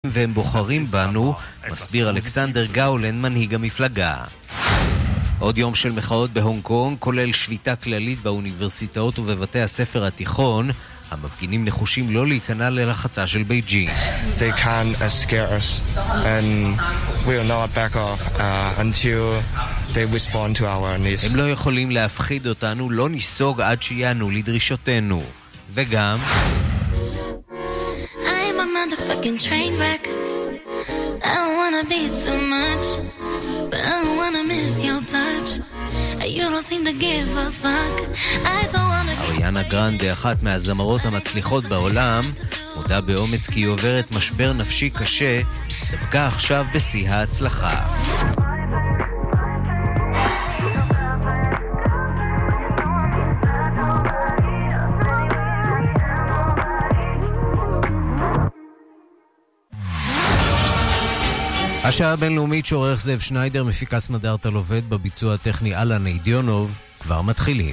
והם בוחרים בנו, מסביר אלכסנדר גאולן, מנהיג המפלגה. עוד יום של מחאות בהונג קונג, כולל שביתה כללית באוניברסיטאות ובבתי הספר התיכון. המפגינים נחושים לא להיכנע ללחצה של בייג'ינג. They can't scare us and we will not back off until they respond to our needs. הם לא יכולים להפחיד אותנו, לא ניסוג עד שיענו לדרישותינו. וגם I'm a motherfucking train wreck. I don't wanna be too much, but I don't wanna miss your touch. You don't seem to give a fuck. I don't wanna be... אריאנה גרנדה, אחת מהזמרות המצליחות בעולם, מודה באומץ כי היא עוברת משבר נפשי קשה, דווקא עכשיו בשיא ההצלחה. השעה הבינלאומית שעורך זאב שניידר, מפיקה סמדארטה לובד, בביצוע הטכני אלן אידיונוב, כבר מתחילים.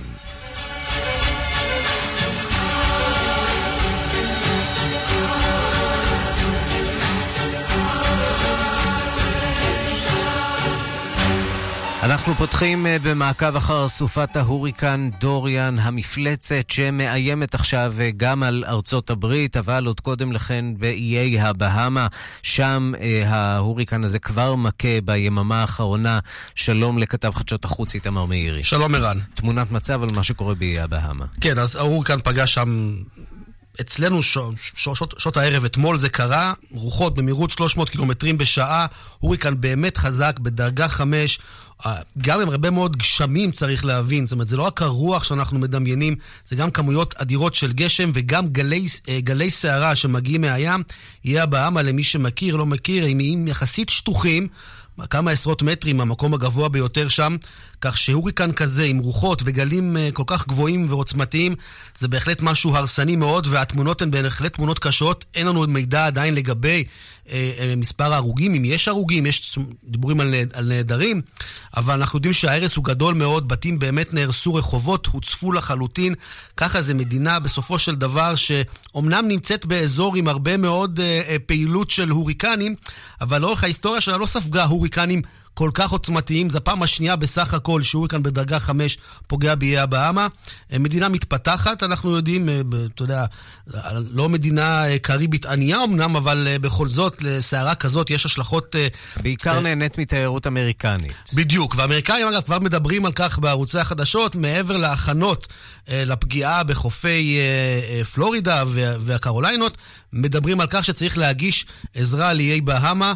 אנחנו פותחים במעקב אחר סופת ההוריקן דוריאן, המפלצת שמאיימת עכשיו גם על ארצות הברית, אבל עוד קודם לכן באיי הבהמה, שם ההוריקן הזה כבר מכה ביממה האחרונה. שלום לכתב חדשות החוץ איתמר מאירי. שלום ערן. תמונת מצב על מה שקורה באיי הבהמה. כן, אז ההוריקן פגש שם אצלנו שעות הערב אתמול, זה קרה, רוחות במהירות 300 קילומטרים בשעה, הוריקן באמת חזק בדרגה 5, גם עם הרבה מאוד גשמים צריך להבין, זאת אומרת זה לא רק הרוח שאנחנו מדמיינים, זה גם כמויות אדירות של גשם וגם גלי שערה שמגיעים מהים. יהיה הבהמה, למי שמכיר לא מכיר, הם יחסית שטוחים, כמה עשרות מטרים, המקום הגבוה ביותר שם, כך שהוריקן כזה עם רוחות וגלים כל כך גבוהים ועוצמתיים, זה בהחלט משהו הרסני מאוד, והתמונות הן בהחלט תמונות קשות. אין לנו מידע עדיין לגבי מספר ההרוגים, אם יש הרוגים, יש דיבורים על נהדרים, אבל אנחנו יודעים שההרס הוא גדול מאוד, בתים באמת נהרסו, רחובות הוצפו לחלוטין. ככה זה מדינה בסופו של דבר שאומנם נמצאת באזור עם הרבה מאוד פעילות של הוריקנים, אבל לאורך ההיסטוריה שלה לא ספגה הוריקנים כל כך עוצמתיים. זו פעם השנייה בסך הכל שהוריקן בדרגה 5 פוגע באיי הבהמה. מדינה מתפתחת, אנחנו יודעים, אתה יודע, לא מדינה קריבית ענייה אמנם, אבל בכל זאת, לסערה כזאת יש השלכות... בעיקר נהנית מתיירות אמריקנית. בדיוק, והאמריקאים אגב כבר מדברים על כך בערוצי החדשות, מעבר להכנות לפגיעה בחופי פלורידה והקרוליינות, מדברים על כך שצריך להגיש עזרה לאיי בהמה.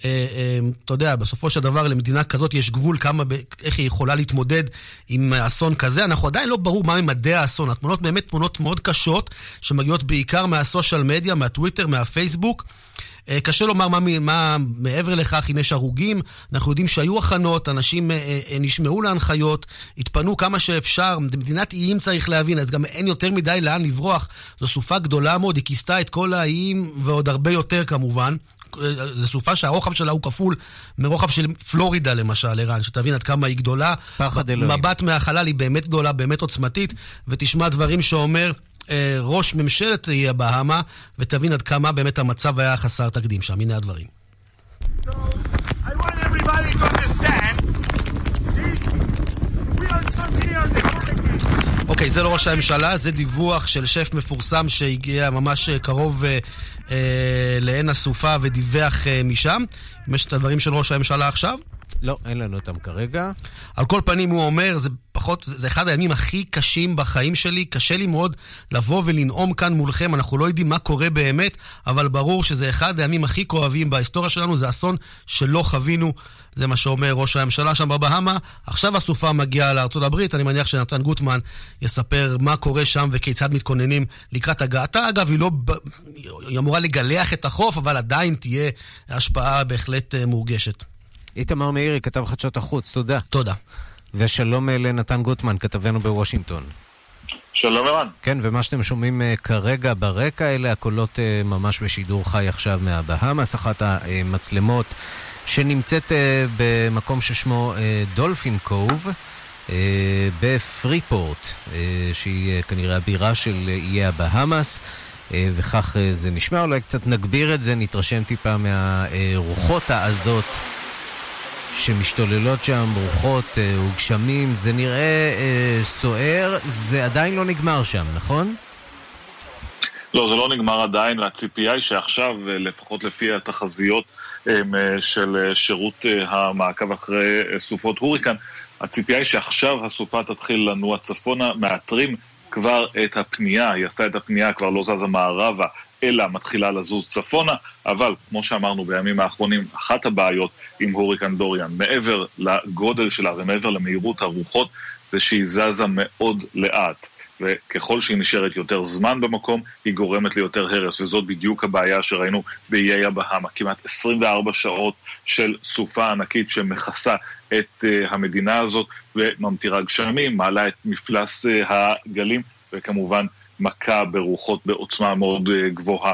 אתה יודע, בסופו של דבר למדינה כזאת יש גבול איך היא יכולה להתמודד עם אסון כזה. אנחנו עדיין לא ברור מה ממדי האסון. התמונות באמת תמונות מאוד קשות שמגיעות בעיקר מהסושיאל מדיה, מהטוויטר, מהפייסבוק. קשה לומר מה מעבר לכך, אם יש הרוגים. אנחנו יודעים שהיו הכנות, אנשים נשמעו להנחיות, התפנו כמה שאפשר. מדינת איים צריך להבין, אז גם אין יותר מדי לאן לברוח. זו סופה גדולה מאוד, היא כיסתה את כל האיים ועוד הרבה יותר כמובן. זו סופה שהרוחב שלה הוא כפול מרוחב של פלורידה למשל, ערן, שתבין עד כמה היא גדולה. מבט מהחלל היא באמת גדולה, באמת עוצמתית, ותשמע דברים שאומר ראש ממשלת איי הבהמה, ותבין עד כמה באמת המצב היה חסר תקדים שם. הנה הדברים. אוקיי, זה לא ראש הממשלה, זה דיווח של שף מפורסם שהגיע ממש קרוב לעין הסופה ודיווח משם. יש את הדברים של ראש הממשלה עכשיו? לא, אין לנו אותם כרגע. על כל פנים הוא אומר, זה אחד הימים הכי קשים בחיים שלי, קשה לי מאוד לבוא ולנאום כאן מולכם, אנחנו לא יודעים מה קורה באמת, אבל ברור שזה אחד הימים הכי כואבים בהיסטוריה שלנו, זה אסון שלא חווינו, זה מה שאומר ראש הממשלה שם בבהמה. עכשיו הסופה מגיעה לארצות הברית, אני מניח שנתן גוטמן יספר מה קורה שם וכיצד מתכוננים לקראת הגעתה. אגב, היא אמורה לגלח את החוף, אבל עדיין תהיה השפעה בהחלט מורגשת. איתמר מאירי, כתב חדשות החוץ, תודה. תודה. ושלום לנתן גוטמן, כתבנו בוושינגטון. שלום ערן. כן, ומה שאתם שומעים כרגע ברקע, אלה הקולות ממש בשידור חי עכשיו מהבהאמאס, אחת המצלמות שנמצאת במקום ששמו דולפין קוב, בפריפורט, שהיא כנראה הבירה של איי הבהאמאס. וכך זה נשמע. אולי קצת נגביר את זה, נתרשם טיפה מהרוחות העזות שמשתוללות שם, רוחות וגשמים. זה נראה סוער, זה עדיין לא נגמר שם, נכון? לא, זה לא נגמר עדיין, והציפייה היא שעכשיו, לפחות לפי התחזיות של שירות המעקב אחרי סופות הוריקן, הציפייה היא שעכשיו הסופה תתחיל לנוע צפונה, מאתרים כבר את הפנייה, היא עשתה את הפנייה, כבר לא זזה מערבה, אלא מתחילה לזוז צפונה, אבל כמו שאמרנו בימים האחרונים, אחת הבעיות עם הוריקן דוריאן, מעבר לגודל שלה ומעבר למהירות הרוחות, זה שהיא זזה מאוד לאט. וככל שהיא נשארת יותר זמן במקום, היא גורמת ליותר הרס, וזאת בדיוק הבעיה שראינו באיי הבהמה. כמעט 24 שעות של סופה ענקית שמכסה את המדינה הזאת, וממטירה גשמים, מעלה את מפלס הגלים, וכמובן מכה ברוחות בעוצמה מאוד גבוהה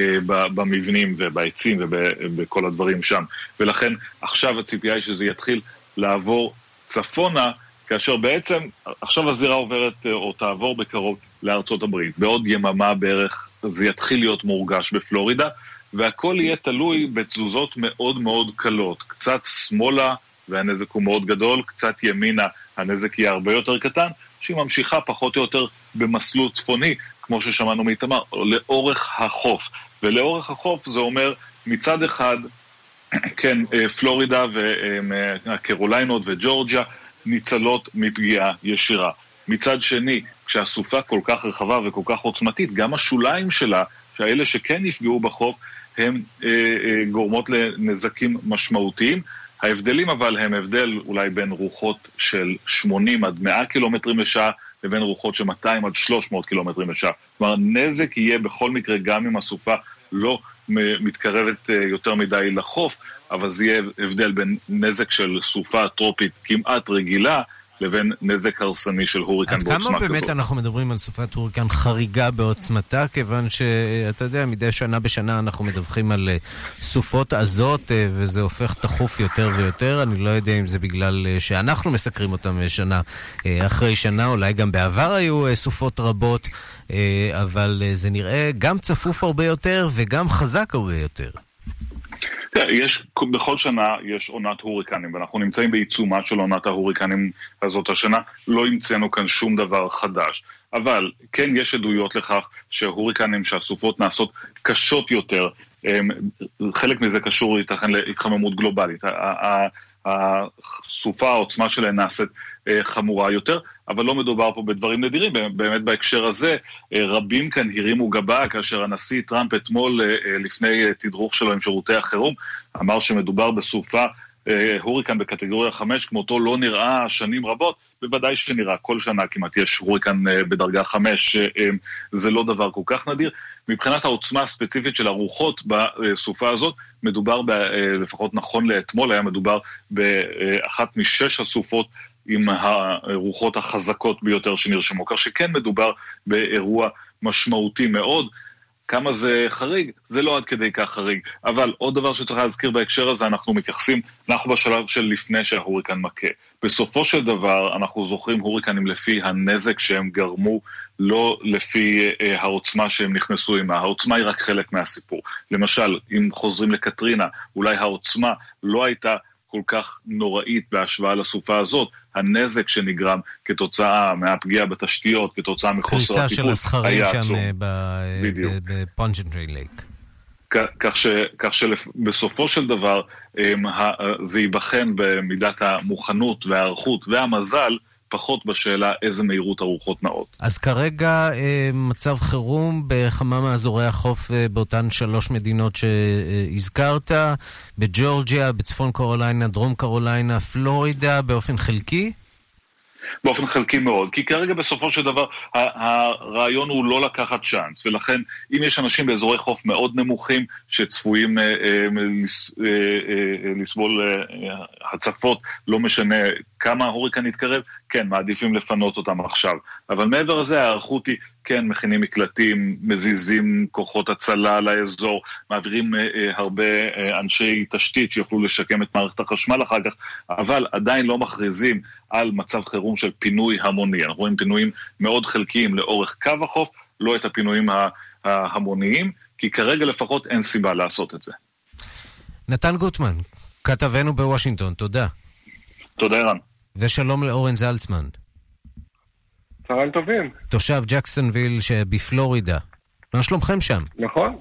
במבנים ובעצים ובכל הדברים שם. ולכן עכשיו הציפייה היא שזה יתחיל לעבור צפונה, כאשר בעצם עכשיו הזירה עוברת או תעבור בקרוב לארצות הברית. בעוד יממה בערך זה יתחיל להיות מורגש בפלורידה, והכל יהיה תלוי בתזוזות מאוד מאוד קלות. קצת שמאלה והנזק הוא מאוד גדול, קצת ימינה הנזק יהיה הרבה יותר קטן, שהיא ממשיכה פחות או יותר במסלול צפוני, כמו ששמענו מאיתמר, לאורך החוף. ולאורך החוף זה אומר מצד אחד, כן, פלורידה והקרוליינות וג'ורג'יה, ניצלות מפגיעה ישירה. מצד שני, כשהסופה כל כך רחבה וכל כך עוצמתית, גם השוליים שלה, שהאלה שכן נפגעו בחוף, הם גורמות לנזקים משמעותיים. ההבדלים אבל הם הבדל אולי בין רוחות של 80 עד 100 קילומטרים לשעה, לבין רוחות של 200 עד 300 קילומטרים לשעה. כלומר, נזק יהיה בכל מקרה גם אם הסופה לא מתקרבת יותר מדי לחוף, אבל זה יהיה הבדל בין נזק של סופה טרופית כמעט רגילה, לבין נזק הרסני של הוריקן בעוצמה כזאת. עד כמה באמת אנחנו מדברים על סופת הוריקן חריגה בעוצמתה, כיוון שאתה יודע, מדי שנה בשנה אנחנו מדווחים על סופות עזות, וזה הופך תחוף יותר ויותר. אני לא יודע אם זה בגלל שאנחנו מסקרים אותם שנה אחרי שנה, אולי גם בעבר היו סופות רבות, אבל זה נראה גם צפוף הרבה יותר וגם חזק הרבה יותר. בכל שנה יש עונת הוריקנים, ואנחנו נמצאים בעיצומה של עונת ההוריקנים הזאת השנה, לא המצאנו כאן שום דבר חדש, אבל כן יש עדויות לכך שההוריקנים, שהסופות נעשות קשות יותר, חלק מזה קשור ייתכן להתחממות גלובלית, הסופה, העוצמה שלהן נעשית חמורה יותר, אבל לא מדובר פה בדברים נדירים. באמת בהקשר הזה, רבים כאן הרימו גבה, כאשר הנשיא טראמפ אתמול, לפני תדרוך שלו עם שירותי החירום, אמר שמדובר בסופה הוריקן בקטגוריה 5, כמותו לא נראה שנים רבות, בוודאי שנראה, כל שנה כמעט יש הוריקן בדרגה 5, זה לא דבר כל כך נדיר. מבחינת העוצמה הספציפית של הרוחות בסופה הזאת, מדובר, לפחות נכון לאתמול, היה מדובר באחת משש הסופות עם הרוחות החזקות ביותר שנרשמו, כך שכן מדובר באירוע משמעותי מאוד. כמה זה חריג? זה לא עד כדי כך חריג. אבל עוד דבר שצריך להזכיר בהקשר הזה, אנחנו בשלב של לפני שההוריקן מכה. בסופו של דבר, אנחנו זוכרים הוריקנים לפי הנזק שהם גרמו, לא לפי העוצמה שהם נכנסו עימה. העוצמה היא רק חלק מהסיפור. למשל, אם חוזרים לקטרינה, אולי העוצמה לא הייתה כל כך נוראית בהשוואה לסופה הזאת, הנזק שנגרם כתוצאה מהפגיעה בתשתיות, כתוצאה מחוסר הטיפול, קריסה של הסחרים שם בפונג'נטרי לייק. כך שבסופו של דבר זה ייבחן במידת המוכנות והערכות והמזל, פחות בשאלה איזה מהירות הרוחות נעות. אז כרגע מצב חירום בכמה מאזורי החוף באותן 3 מדינות שהזכרת, בג'ורג'יה, בצפון קרוליינה, דרום קרוליינה, פלורידה, באופן חלקי? באופן חלקי מאוד, כי כרגע בסופו של דבר הרעיון הוא לא לקחת צ'אנס, ולכן אם יש אנשים באזורי חוף מאוד נמוכים שצפויים לסבול הצפות, לא משנה כמה ההוריקן יתקרב, כן, מעדיפים לפנות אותם עכשיו. אבל מעבר לזה, הערכות היא, כן, מכינים מקלטים, מזיזים כוחות הצלה לאזור, מעבירים הרבה אנשי תשתית שיוכלו לשקם את מערכת החשמל אחר כך, אבל עדיין לא מכריזים על מצב חירום של פינוי המוני. אנחנו רואים פינויים מאוד חלקיים לאורך קו החוף, לא את הפינויים ההמוניים, כי כרגע לפחות אין סיבה לעשות את זה. נתן גוטמן, כתבנו בוושינגטון, תודה. תודה ערן. ושלום לאורן זלצמן. צהריים טובים. תושב ג'קסונוויל שבפלורידה. מה שלומכם שם? נכון.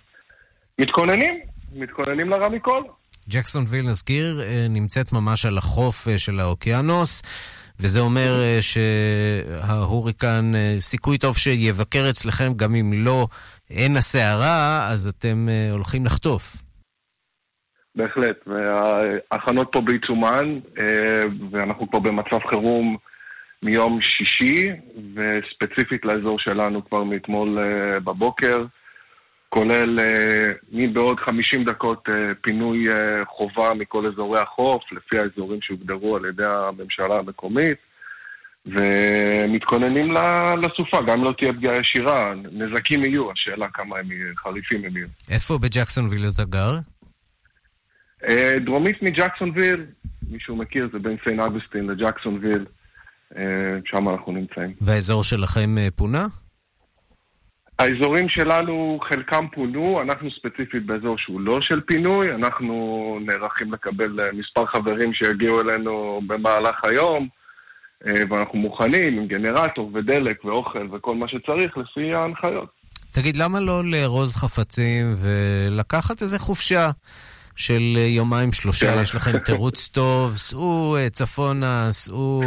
מתכוננים לרע מכל. ג'קסונוויל, נזכיר, נמצאת ממש על החוף של האוקיינוס, וזה אומר שההוריקן, סיכוי טוב שיבקר אצלכם, גם אם לא אין הסערה, אז אתם הולכים לחטוף. בהחלט, וההכנות פה בעיצומן, ואנחנו פה במצב חירום מיום שישי, וספציפית לאזור שלנו כבר מאתמול בבוקר, כולל מבעוד 50 דקות פינוי חובה מכל אזורי החוף, לפי האזורים שהוגדרו על ידי הממשלה המקומית, ומתכוננים לסופה, גם לא תהיה פגיעה ישירה, נזקים יהיו, השאלה כמה הם חריפים הם יהיו. איפה בג'קסונוויל אתה גר? דרומית מג'קסונוויל, מישהו מכיר, זה בין סיין אגוסטין לג'קסונוויל, שם אנחנו נמצאים. והאזור שלכם פונה? האזורים שלנו חלקם פונו, אנחנו ספציפית באזור שהוא לא של פינוי, אנחנו נערכים לקבל מספר חברים שיגיעו אלינו במהלך היום, ואנחנו מוכנים עם גנרטור ודלק ואוכל וכל מה שצריך לפי ההנחיות. תגיד, למה לא לארוז חפצים ולקחת איזה חופשה של יומיים שלושה? יש לכם תירוץ טוב, סעו צפונה, סעו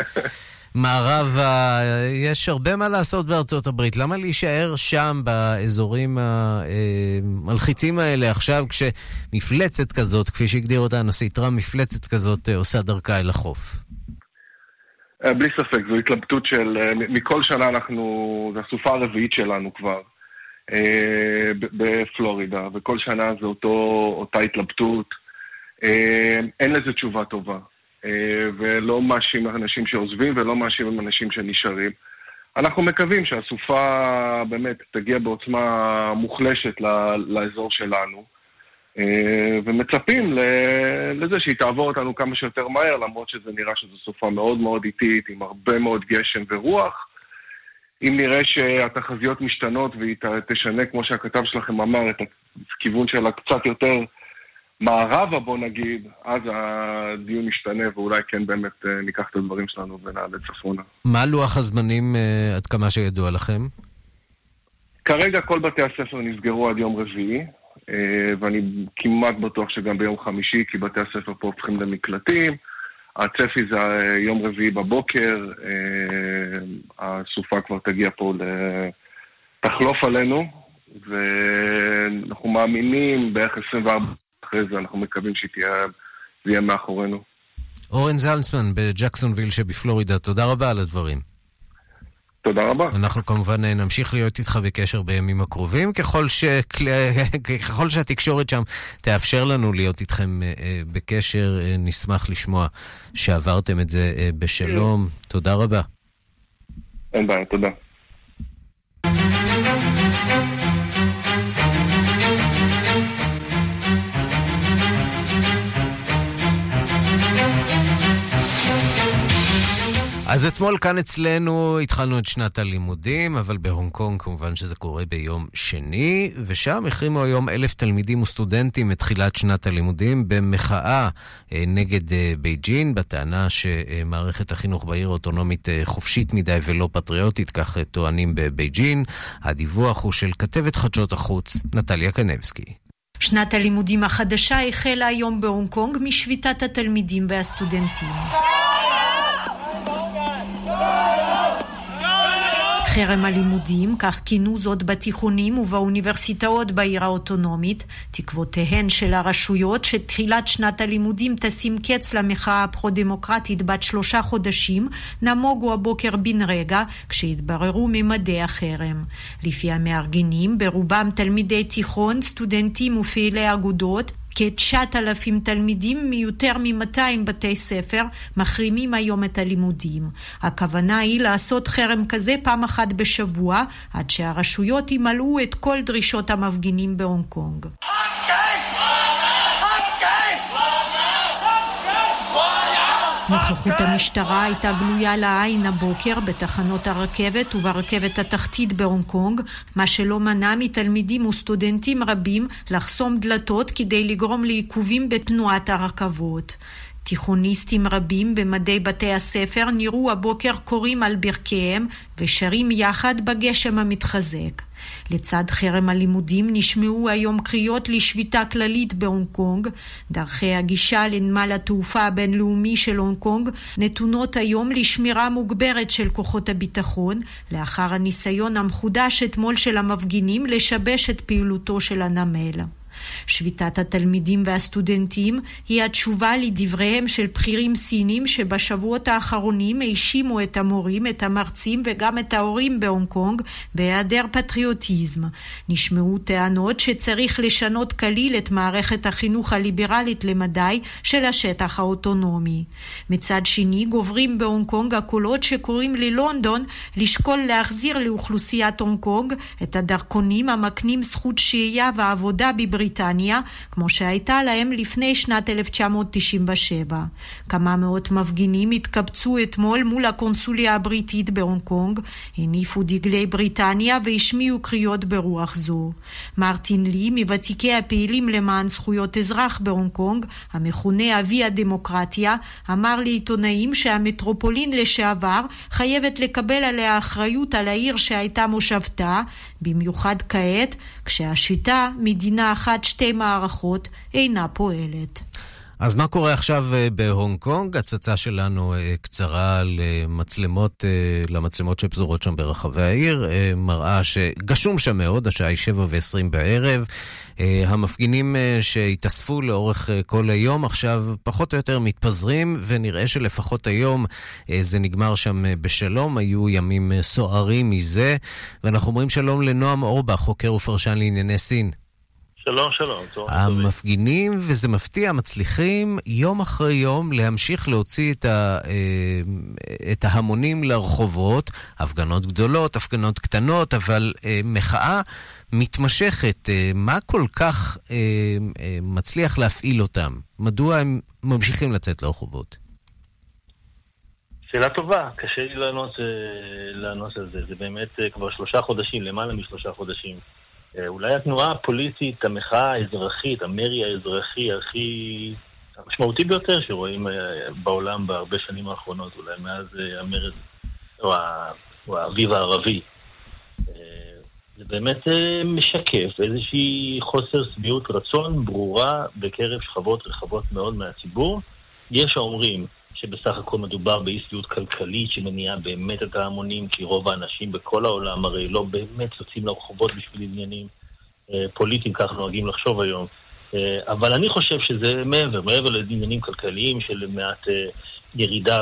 מערבה, יש הרבה מה לעשות בארצות הברית. למה להישאר שם באזורים המלחיצים האלה עכשיו כשמפלצת כזאת, כפי שהגדיר אותה הנשיא טראמפ, מפלצת כזאת עושה דרכה אל החוף? בלי ספק, זו התלבטות של, מכל שנה זה הסופה הרביעית שלנו כבר בפלורידה, וכל שנה זה אותה התלבטות. אין לזה תשובה טובה. ולא מאשים אנשים שעוזבים ולא מאשים אנשים שנשארים. אנחנו מקווים שהסופה באמת תגיע בעוצמה מוחלשת לאזור שלנו, ומצפים לזה שהיא תעבור אותנו כמה שיותר מהר, למרות שזה נראה שזו סופה מאוד מאוד איטית, עם הרבה מאוד גשם ורוח. אם נראה שהתחזיות משתנות והיא תשנה, כמו שהכתב שלכם אמר, את הכיוון שלה קצת יותר מערבה, בוא נגיד, אז הדיון משתנה, ואולי כן באמת ניקח את הדברים שלנו ונעלה צפונה. מה לוח הזמנים עד כמה שידוע לכם? כרגע כל בתי הספר נסגרו עד יום רביעי, ואני כמעט בטוח שגם ביום חמישי, כי בתי הספר פה הופכים למקלטים. הצפי זה יום רביעי בבוקר, הסופה כבר תגיע פה תחלוף עלינו, ואנחנו מאמינים בערך 24 אחרי זה, אנחנו מקווים שזה יהיה מאחורינו. אורן זלצמן בג'קסונוויל שבפלורידה, תודה רבה על הדברים. תודה רבה. אנחנו כמובן נמשיך להיות איתך בקשר בימים הקרובים, ככל שהתקשורת שם תאפשר לנו להיות איתכם בקשר, נשמח לשמוע שעברתם את זה בשלום. תודה רבה. אין בעיה, תודה. אז אתמול כאן אצלנו התחלנו את שנת הלימודים, אבל בהונג קונג כמובן שזה קורה ביום שני, ושם החרימו היום 1,000 תלמידים וסטודנטים את תחילת שנת הלימודים במחאה נגד בייג'ין, בטענה שמערכת החינוך בעיר האוטונומית חופשית מדי ולא פטריוטית, כך טוענים בבייג'ין. הדיווח הוא של כתבת חדשות החוץ נטליה קנבסקי. שנת הלימודים החדשה החלה היום בהונג קונג משביתת התלמידים והסטודנטים. חרם הלימודים, כך כינו זאת בתיכונים ובאוניברסיטאות בעיר האוטונומית, תקוותיהן של הרשויות שתחילת שנת הלימודים תשים קץ למחאה הפרו-דמוקרטית בת 3 חודשים, נמוגו הבוקר בן רגע כשהתבררו ממדי החרם. לפי המארגנים, ברובם תלמידי תיכון, סטודנטים ופעילי אגודות, כ-9,000 תלמידים מיותר מ-200 בתי ספר מחרימים היום את הלימודים. הכוונה היא לעשות חרם כזה פעם אחת בשבוע, עד שהרשויות ימלאו את כל דרישות המפגינים בהונג קונג. נוכחות המשטרה הייתה גלויה לעין הבוקר בתחנות הרכבת וברכבת התחתית בהונג קונג, מה שלא מנע מתלמידים וסטודנטים רבים לחסום דלתות כדי לגרום לעיכובים בתנועת הרכבות. תיכוניסטים רבים במדי בתי הספר נראו הבוקר קוראים על ברכיהם ושרים יחד בגשם המתחזק. לצד חרם הלימודים נשמעו היום קריאות לשביתה כללית בהונג קונג. דרכי הגישה לנמל התעופה הבינלאומי של הונג קונג נתונות היום לשמירה מוגברת של כוחות הביטחון, לאחר הניסיון המחודש אתמול של המפגינים לשבש את פעילותו של הנמל. שביתת התלמידים והסטודנטים היא התשובה לדבריהם של בכירים סינים שבשבועות האחרונים האשימו את המורים, את המרצים וגם את ההורים בהונג קונג בהיעדר פטריוטיזם. נשמעו טענות שצריך לשנות כליל את מערכת החינוך הליברלית למדי של השטח האוטונומי. מצד שני גוברים בהונג קונג הקולות שקוראים ללונדון לשקול להחזיר לאוכלוסיית הונג קונג את הדרכונים המקנים זכות שהייה ועבודה בבריטניה, כמו שהייתה להם לפני שנת 1997. כמה מאות מפגינים התקבצו אתמול מול הקונסוליה הבריטית בהונג קונג, הניפו דגלי בריטניה והשמיעו קריאות ברוח זו. מרטין לי, מוותיקי הפעילים למען זכויות אזרח בהונג קונג, המכונה אבי הדמוקרטיה, אמר לעיתונאים שהמטרופולין לשעבר חייבת לקבל עליה אחריות על העיר שהייתה מושבתה, במיוחד כעת, כשהשיטה מדינה אחת שתי מערכות אינה פועלת. אז מה קורה עכשיו בהונג קונג? הצצה שלנו קצרה למצלמות שפזורות שם ברחבי העיר, מראה שגשום שם מאוד, השעה היא 7:20 בערב. המפגינים שהתאספו לאורך כל היום עכשיו פחות או יותר מתפזרים, ונראה שלפחות היום זה נגמר שם בשלום. היו ימים סוערים מזה, ואנחנו אומרים שלום לנועם אורבך, חוקר ופרשן לענייני סין. שלום, שלום. המפגינים, וזה מפתיע, מצליחים יום אחרי יום להמשיך להוציא את ההמונים לרחובות, הפגנות גדולות, הפגנות קטנות, אבל מחאה מתמשכת. מה כל כך מצליח להפעיל אותם? מדוע הם ממשיכים לצאת לרחובות? שאלה טובה, קשה לי לענות על זה. זה באמת כבר 3 חודשים, למעלה מ3 חודשים. אולי התנועה הפוליטית, המחאה האזרחית, המרי האזרחי הכי המשמעותי ביותר שרואים בעולם בהרבה שנים האחרונות, אולי מאז המרד או האביב הערבי. זה באמת משקף איזושהי חוסר שביעות רצון ברורה בקרב שכבות רחבות מאוד מהציבור. יש האומרים שבסך הכל מדובר באי שביעות כלכלית שמניעה באמת את ההמונים, כי רוב האנשים בכל העולם הרי לא באמת יוצאים לרחובות בשביל עניינים פוליטיים, כך נוהגים לחשוב היום. אבל אני חושב שזה מעבר לעניינים כלכליים של מעט ירידה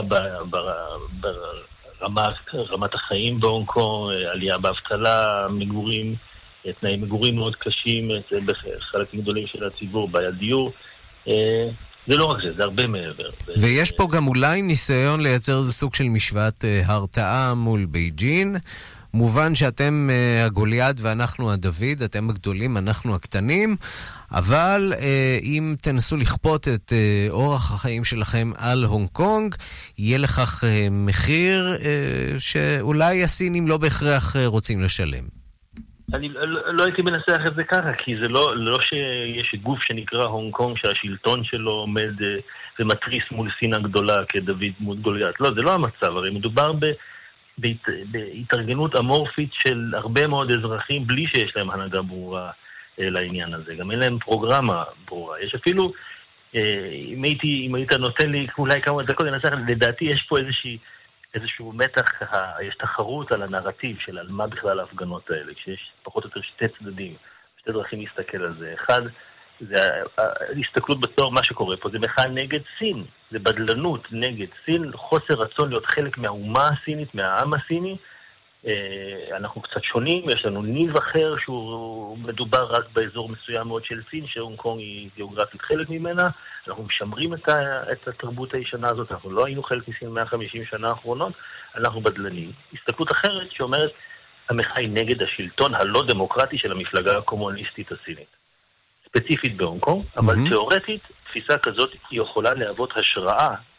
ברמת החיים בהונג קונג, עלייה באבטלה, מגורים, תנאי מגורים מאוד קשים בחלק גדולים של הציבור, בעיית דיור. זה לא רק זה, זה הרבה מעבר. ויש פה גם אולי ניסיון לייצר איזה סוג של משוואת הרתעה מול בייג'ין. מובן שאתם הגוליית ואנחנו הדוד, אתם הגדולים, אנחנו הקטנים, אבל אם תנסו לכפות את אורח החיים שלכם על הונג קונג, יהיה לכך מחיר שאולי הסינים לא בהכרח רוצים לשלם. אני לא הייתי מנסח את זה ככה, כי זה לא שיש גוף שנקרא הונג קונג שהשלטון שלו עומד ומטריס מול סין הגדולה כדוד מול גוליית. לא, זה לא המצב, הרי מדובר בהתארגנות אמורפית של הרבה מאוד אזרחים בלי שיש להם הנהגה ברורה לעניין הזה. גם אין להם פרוגרמה ברורה. יש אפילו, אם היית נותן לי אולי כמה דקות לנסח, לדעתי יש פה איזשהו מתח, יש תחרות על הנרטיב של על מה בכלל ההפגנות האלה, כשיש פחות או יותר 2 צדדים, 2 דרכים להסתכל על זה. אחד, זה ההסתכלות בתור מה שקורה פה, זה מחאה נגד סין, זה בדלנות נגד סין, חוסר רצון להיות חלק מהאומה הסינית, מהעם הסיני. אנחנו קצת שונים, יש לנו ניב אחר שהוא מדובר רק באזור מסוים מאוד של סין, שהונג קונג היא גיאוגרפית חלק ממנה. אנחנו משמרים את התרבות הישנה הזאת, אנחנו לא היינו חלק מסין 150 שנה האחרונות, אנחנו בדלנים. הסתכלות אחרת שאומרת, המחאה היא נגד השלטון הלא דמוקרטי של המפלגה הקומוניסטית הסינית. ספציפית בהונג קונג, אבל תיאורטית, תפיסה כזאת היא יכולה להוות השראה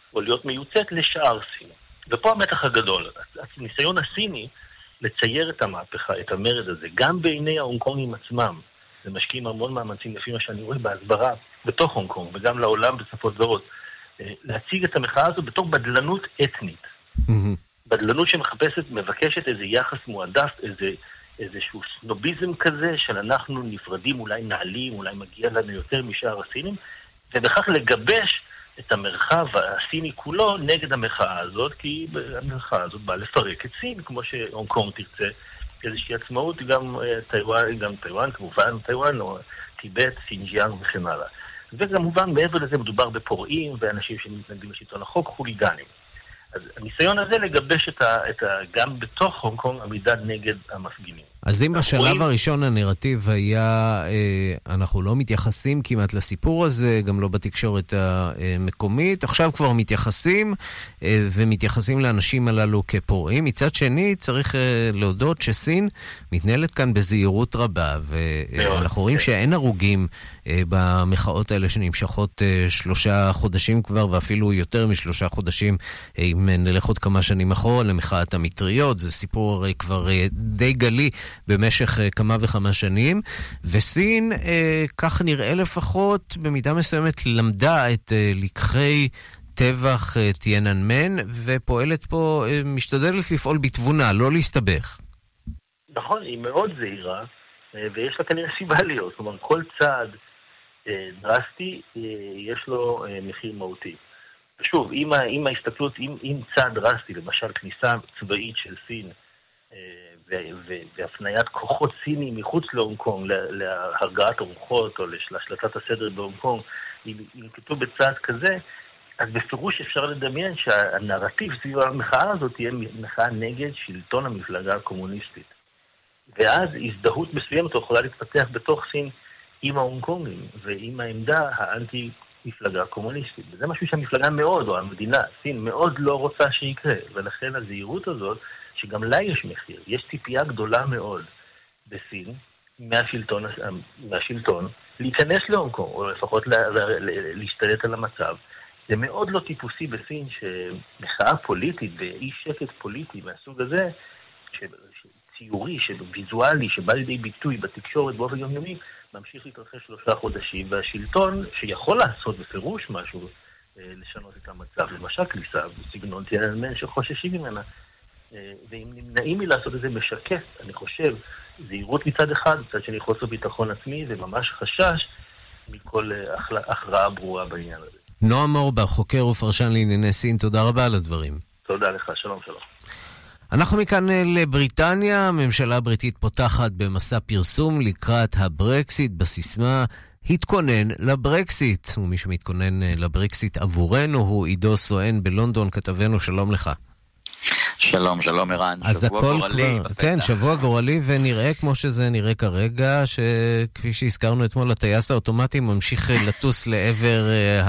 או להיות מיוצאת לשאר סין. ופה המתח הגדול. הניסיון הסיני לצייר את המהפכה, את המרד הזה, גם בעיני ההונג קונגים עצמם, זה משקיעים המון מאמצים לפי מה שאני רואה בהסברה בתוך הונג קונג וגם לעולם בשפות זרות, להציג את המחאה הזו בתור בדלנות אתנית. בדלנות שמחפשת, מבקשת איזה יחס מועדף, איזשהו סנוביזם כזה של אנחנו נפרדים, אולי נעלים, אולי מגיע לנו יותר משאר הסינים, ובכך לגבש את המרחב הסיני כולו נגד המחאה הזאת, כי המחאה הזאת באה לפרק את סין, כמו שהונג קונג תרצה איזושהי עצמאות, גם טיואן, כמובן טיואן, או טיבט, סינג'יאנג וכן הלאה. וכמובן מעבר לזה מדובר בפורעים ואנשים שמתנגדים לשלטון החוק, חוליגנים. אז הניסיון הזה לגבש גם בתוך הונג קונג עמידה נגד המפגינים. אז אם בשלב הראשון הנרטיב היה, אנחנו לא מתייחסים כמעט לסיפור הזה, גם לא בתקשורת המקומית, עכשיו כבר מתייחסים ומתייחסים לאנשים הללו כפורעים. מצד שני צריך להודות שסין מתנהלת כאן בזהירות רבה, ואנחנו רואים שאין הרוגים במחאות האלה שנמשכות 3 חודשים כבר, ואפילו יותר מ3 חודשים, אם נלך עוד כמה שנים אחורה למחאת המטריות, זה סיפור הרי כבר די גלי במשך כמה וכמה שנים, וסין, כך נראה לפחות, במידה מסוימת למדה את לקחי טבח טיאננמן, ופועלת פה, משתדלת לפעול בתבונה, לא להסתבך. נכון, היא מאוד זהירה, ויש לה כנראה סיבה להיות. כלומר, כל צעד דרסטי, יש לו מחיר מהותי. ושוב, עם ההסתכלות, עם צעד דרסטי, למשל כניסה צבאית של סין, והפניית כוחות סינים מחוץ להונג קונג להרגעת הרוחות או להשלטת הסדר בהונג קונג, אם כתוב בצעד כזה, אז בפירוש אפשר לדמיין שהנרטיב סביב המחאה הזאת תהיה מחאה נגד שלטון המפלגה הקומוניסטית. ואז הזדהות מסוימת יכולה להתפתח בתוך סין עם ההונג קונגים ועם העמדה האנטי מפלגה קומוניסטית. וזה משהו שהמפלגה מאוד, או המדינה, סין, מאוד לא רוצה שיקרה. ולכן הזהירות הזאת, שגם לה יש מחיר, יש ציפייה גדולה מאוד בסין, מהשלטון, להיכנס להונג קונג, או לפחות להשתלט על המצב. זה מאוד לא טיפוסי בסין שמחאה פוליטית ואי שקט פוליטי מהסוג הזה, ציורי, ויזואלי, שבא לידי ביטוי בתקשורת באופן יומיומי, ממשיך להתרחש 3 חודשים, והשלטון שיכול לעשות בפירוש משהו לשנות את המצב, למשל כניסה בסגנון טיאננמן שחוששים ממנה, ואם נמנעים מלעשות את זה משקף, אני חושב, זהירות מצד אחד, מצד שני חוסר ביטחון עצמי, וממש חשש מכל הכרעה ברורה בעניין הזה. נועם אורבך, חוקר ופרשן לענייני סין, תודה רבה על הדברים. תודה לך, שלום שלום. אנחנו מכאן לבריטניה, הממשלה הבריטית פותחת במסע פרסום לקראת הברקסיט בסיסמה התכונן לברקסיט, ומי שמתכונן לברקסיט עבורנו הוא עידו סואן בלונדון, כתבנו, שלום לך. שלום, שלום ערן, שבוע גורלי בפתח. כן, שבוע גורלי, ונראה כמו שזה נראה כרגע, שכפי שהזכרנו אתמול, הטייס האוטומטי ממשיך לטוס לעבר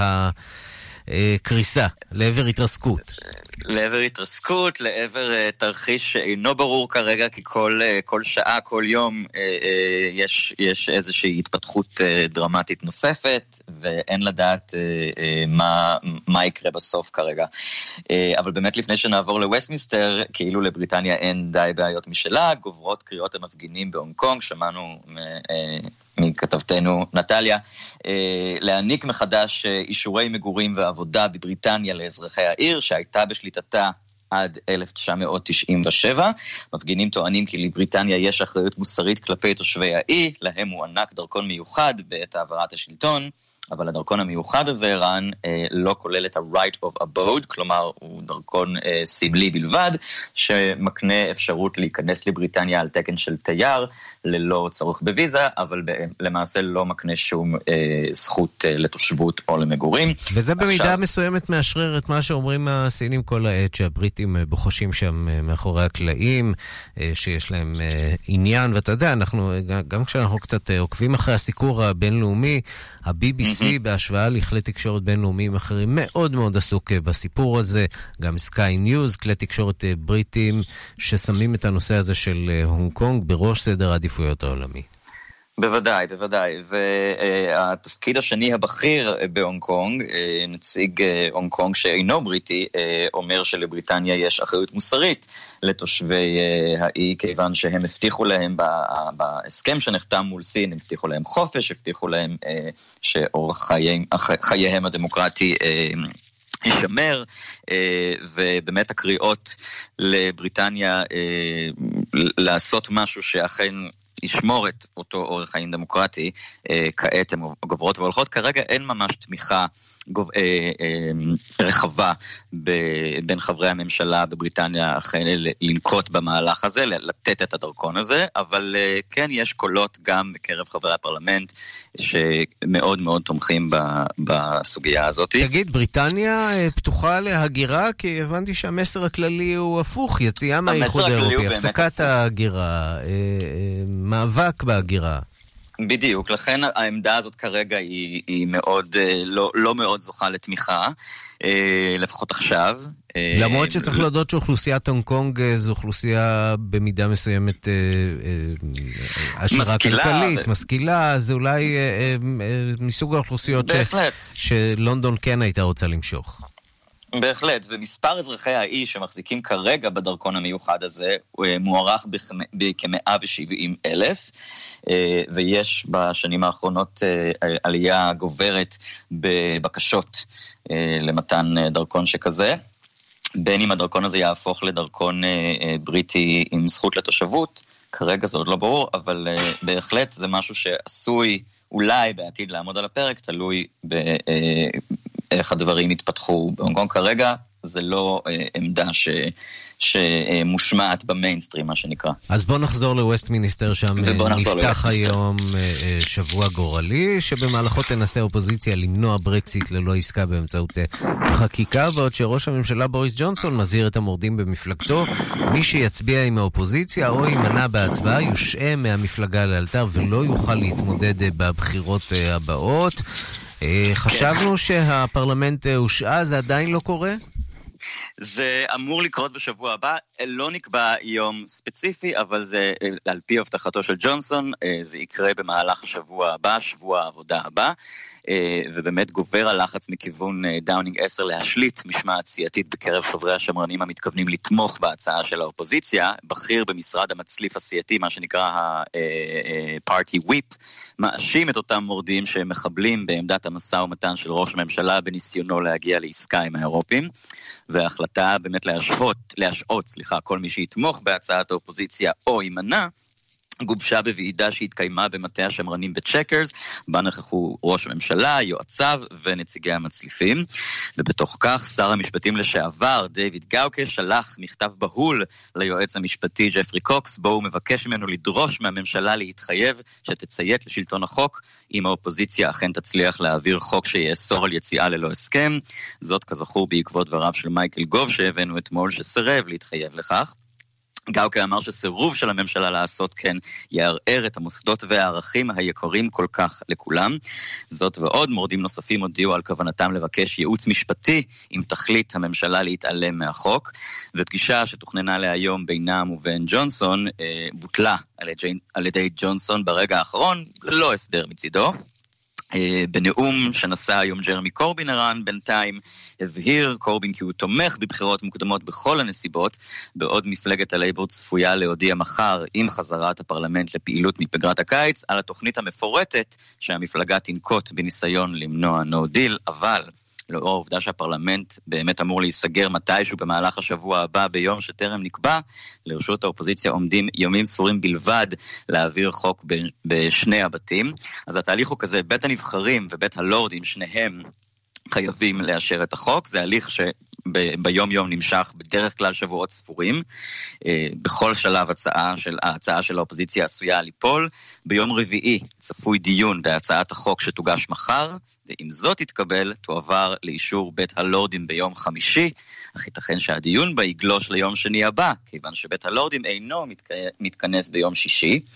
קריסה, לעבר התרסקות. לעבר תרחיש שאינו ברור כרגע, כי כל שעה, כל יום יש איזושהי התפתחות דרמטית נוספת, ואין לדעת מה יקרה בסוף כרגע. אבל באמת לפני שנעבור לווסטמינסטר, כאילו לבריטניה אין די בעיות משלה, גוברות קריאות המפגינים בהונג קונג, שמענו מכתבתנו נטליה, להעניק מחדש אישורי מגורים ועבודה בבריטניה לאזרחי העיר, שהייתה בשליטתה עד 1997. מפגינים טוענים כי לבריטניה יש אחריות מוסרית כלפי תושבי האי, להם הוענק דרכון מיוחד בעת העברת השלטון, אבל הדרכון המיוחד הזה, רן, לא כולל את ה-right of abode, כלומר הוא דרכון סמלי בלבד, שמקנה אפשרות להיכנס לבריטניה על תקן של תייר, ללא צורך בוויזה, אבל למעשה לא מקנה שום זכות לתושבות או למגורים. וזה במידה מסוימת מאשרר את מה שאומרים הסינים כל העת, שהבריטים בוחשים שם מאחורי הקלעים, שיש להם עניין, ואתה יודע, גם כשאנחנו קצת עוקבים אחרי הסיקור הבינלאומי, ה-BBC בהשוואה לכלי תקשורת בינלאומיים אחרים מאוד מאוד עסוק בסיפור הזה, גם סקאי ניוז, כלי תקשורת בריטים ששמים את הנושא הזה של הונג קונג בראש סדר העדיפויות העולמי. בוודאי, בוודאי. והתפקיד השני הבכיר בהונג קונג, נציג הונג קונג שאינו בריטי, אומר שלבריטניה יש אחריות מוסרית לתושבי האי, כיוון שהם הבטיחו להם בהסכם שנחתם מול סין, הם הבטיחו להם חופש, הבטיחו להם שאורח חייהם הדמוקרטי יישמר, ובאמת הקריאות לבריטניה לעשות משהו שאכן ישמור את אותו אורח חיים דמוקרטי, כעת הן גוברות והולכות. כרגע אין ממש תמיכה רחבה בין חברי הממשלה בבריטניה אכן לנקוט במהלך הזה, לתת את הדרכון הזה, אבל כן יש קולות גם בקרב חברי הפרלמנט שמאוד מאוד תומכים בסוגיה הזאת. תגיד, בריטניה פתוחה להגירה? כי הבנתי שהמסר הכללי הוא הפוך, יציאה מהאיחוד האירופי, הפסקת ההגירה, מאבק בהגירה. בדיוק, לכן העמדה הזאת כרגע היא מאוד, לא מאוד זוכה לתמיכה, לפחות עכשיו. למרות שצריך להודות שאוכלוסיית הונג קונג זו אוכלוסייה במידה מסוימת עשירה כלכלית, משכילה, זה אולי מסוג האוכלוסיות שלונדון כן הייתה רוצה למשוך. בהחלט, ומספר אזרחי האי שמחזיקים כרגע בדרכון המיוחד הזה, הוא מוערך בכ-170,000, ויש בשנים האחרונות עלייה גוברת בבקשות למתן דרכון שכזה. בין אם הדרכון הזה יהפוך לדרכון בריטי עם זכות לתושבות, כרגע זה עוד לא ברור, אבל בהחלט זה משהו שעשוי אולי בעתיד לעמוד על הפרק, תלוי איך הדברים יתפתחו בהונג קונג. כרגע זה לא עמדה שמושמעת במיינסטרים, מה שנקרא. אז בוא נחזור לווסטמיניסטר, שם נפתח היום שבוע גורלי, שבמהלכו תנסה אופוזיציה למנוע ברקסיט ללא עסקה באמצעות חקיקה, בעוד שראש הממשלה בוריס ג'ונסון מזהיר את המורדים במפלגתו, מי שיצביע עם האופוזיציה או יימנע בהצבעה יושעה מהמפלגה לאלתר ולא יוכל להתמודד בבחירות הבאות. חשבנו שהפרלמנט הושעה, זה עדיין לא קורה? זה אמור לקרות בשבוע הבא, לא נקבע יום ספציפי, אבל זה על פי הבטחתו של ג'ונסון, זה יקרה במהלך השבוע הבא, שבוע העבודה הבא, ובאמת גובר הלחץ מכיוון דאונינג 10 להשליט משמעת סיעתית בקרב חברי השמרנים המתכוונים לתמוך בהצעה של האופוזיציה. בכיר במשרד המצליף הסיעתי, מה שנקרא הפארטי וויפ, מאשים את אותם מורדים שמחבלים בעמדת המשא ומתן של ראש הממשלה בניסיונו להגיע לעסקה עם האירופים, וההחלטה באמת להשעות, כל מי שיתמוך בהצעת האופוזיציה או יימנע, גובשה בוועידה שהתקיימה במטה השמרנים בצ'קרס, בה נכחו ראש הממשלה, יועציו ונציגי המצליפים, ובתוך כך שר המשפטים לשעבר דיוויד גאוקה שלח מכתב בהול ליועץ המשפטי ג'פרי קוקס, בו הוא מבקש ממנו לדרוש מהממשלה להתחייב שתציית לשלטון החוק, אם האופוזיציה אכן תצליח להעביר חוק שיאסור על יציאה ללא הסכם. זאת כזכור בעקבות דבריו של מייקל גוב שהבאנו אתמול, שסירב להתחייב לכך. גאוקה אמר שסירוב של הממשלה לעשות כן יערער את המוסדות והערכים היקרים כל כך לכולם. זאת ועוד, מורדים נוספים הודיעו על כוונתם לבקש ייעוץ משפטי עם תכלית הממשלה להתעלם מהחוק, ופגישה שתוכננה להיום בינם ובין ג'ונסון בוטלה על ידי ג'ונסון ברגע האחרון, ללא הסבר מצידו. בנאום שנשא היום ג'רמי קורבין בינתיים הבהיר קורבין כי הוא תומך בבחירות מוקדמות בכל הנסיבות, בעוד מפלגת הלייבור צפויה להודיע מחר עם חזרת הפרלמנט לפעילות מפגרת הקיץ על התוכנית המפורטת שהמפלגה תנקוט בניסיון למנוע נו דיל, אבל לאור העובדה שהפרלמנט באמת אמור להיסגר מתישהו במהלך השבוע הבא ביום שטרם נקבע, לרשות האופוזיציה עומדים יומים ספורים בלבד להעביר חוק בשני הבתים. אז התהליך הוא כזה, בית הנבחרים ובית הלורדים שניהם חייבים לאשר את החוק, זה הליך שביום יום נמשך בדרך כלל שבועות ספורים, בכל שלב ההצעה של האופוזיציה עשויה ליפול. ביום רביעי צפוי דיון בהצעת החוק שתוגש מחר, ואם זאת תתקבל, תועבר לאישור בית הלורדים ביום חמישי, אך ייתכן שהדיון בה יגלוש ליום שני הבא, כיוון שבית הלורדים אינו מתכנס ביום שישי,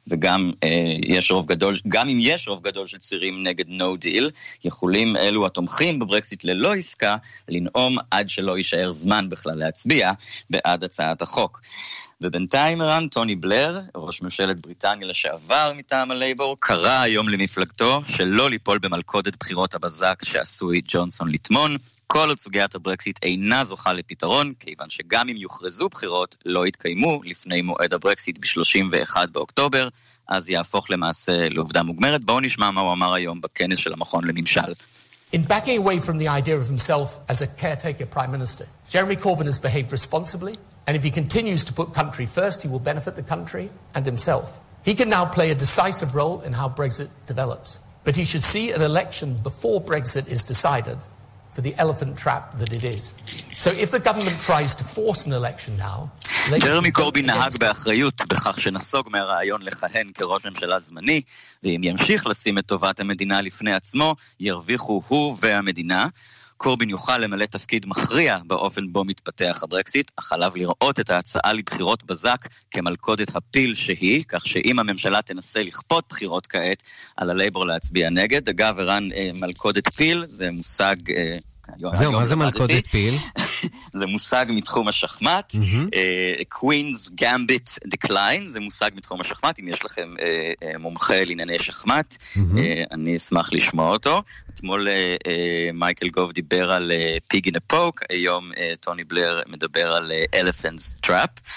וגם יש רוב גדול, גם אם יש רוב גדול של צירים נגד no deal, יכולים אלו התומכים בברקסיט ללא עסקה לנאום עד שלא יישאר זמן בכלל להצביע בעד הצעת החוק. ובינתיים ערן, טוני בלר, ראש ממשלת בריטניה לשעבר מטעם הלייבור, קרא היום למפלגתו שלא ליפול במלכודת בחירות הבזק שעשוי ג'ונסון לטמון. כל עוד סוגיית הברקסיט אינה זוכה לפתרון, כיוון שגם אם יוכרזו בחירות, לא יתקיימו לפני מועד הברקסיט ב-31 באוקטובר, אז יהפוך למעשה לעובדה מוגמרת. בואו נשמע מה הוא אמר היום בכנס של המכון לממשל. In backing away from the idea of himself as a caretaker prime minister, Jeremy Corbyn has behaved responsibly, and if he continues to put country first, he will benefit the country and himself. He can now play a decisive role in how Brexit develops, but he should see an election before Brexit is decided for the elephant trap that it is. So if the government tries to force an election now... ג'רמי קורבין נהג באחריות בכך שנסוג מהרעיון לכהן כראש ממשלה זמני, ואם ימשיך לשים את טובת המדינה לפני עצמו, ירוויחו הוא והמדינה. קורבין יוכל למלא תפקיד מכריע באופן בו מתפתח הברקסיט, אך עליו לראות את ההצעה לבחירות בזק כמלכודת הפיל שהיא, כך שאם הממשלה תנסה לכפות בחירות כעת על הלייבור להצביע נגד. אגב, ערן, מלכודת פיל זה מושג... זהו, מה זה מלכודת פיל? זה מושג מתחום השחמט. Queen's Gambit Decline, זה מושג מתחום השחמט. אם יש לכם מומחה לענייני שחמט, אני אשמח לשמוע אותו. אתמול מייקל גוב דיבר על Pig in a Poke, היום טוני בלר מדבר על Elephant's Trap.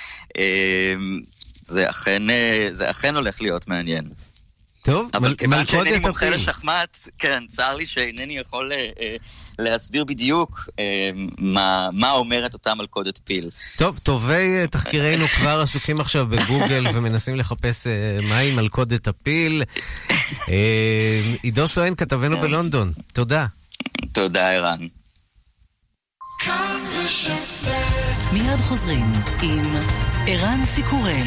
זה אכן הולך להיות מעניין. טוב, אבל כיוון שאינני מומחה לשחמט, כן, צר לי שאינני יכול להסביר בדיוק מה אומרת אותה מלכודת פיל. טוב, טובי תחקירינו כבר עסוקים עכשיו בגוגל ומנסים לחפש מהי מלכודת הפיל. עידו סואן, כתבנו בלונדון. תודה. תודה, ערן. מיד חוזרים עם ערן סיקורל.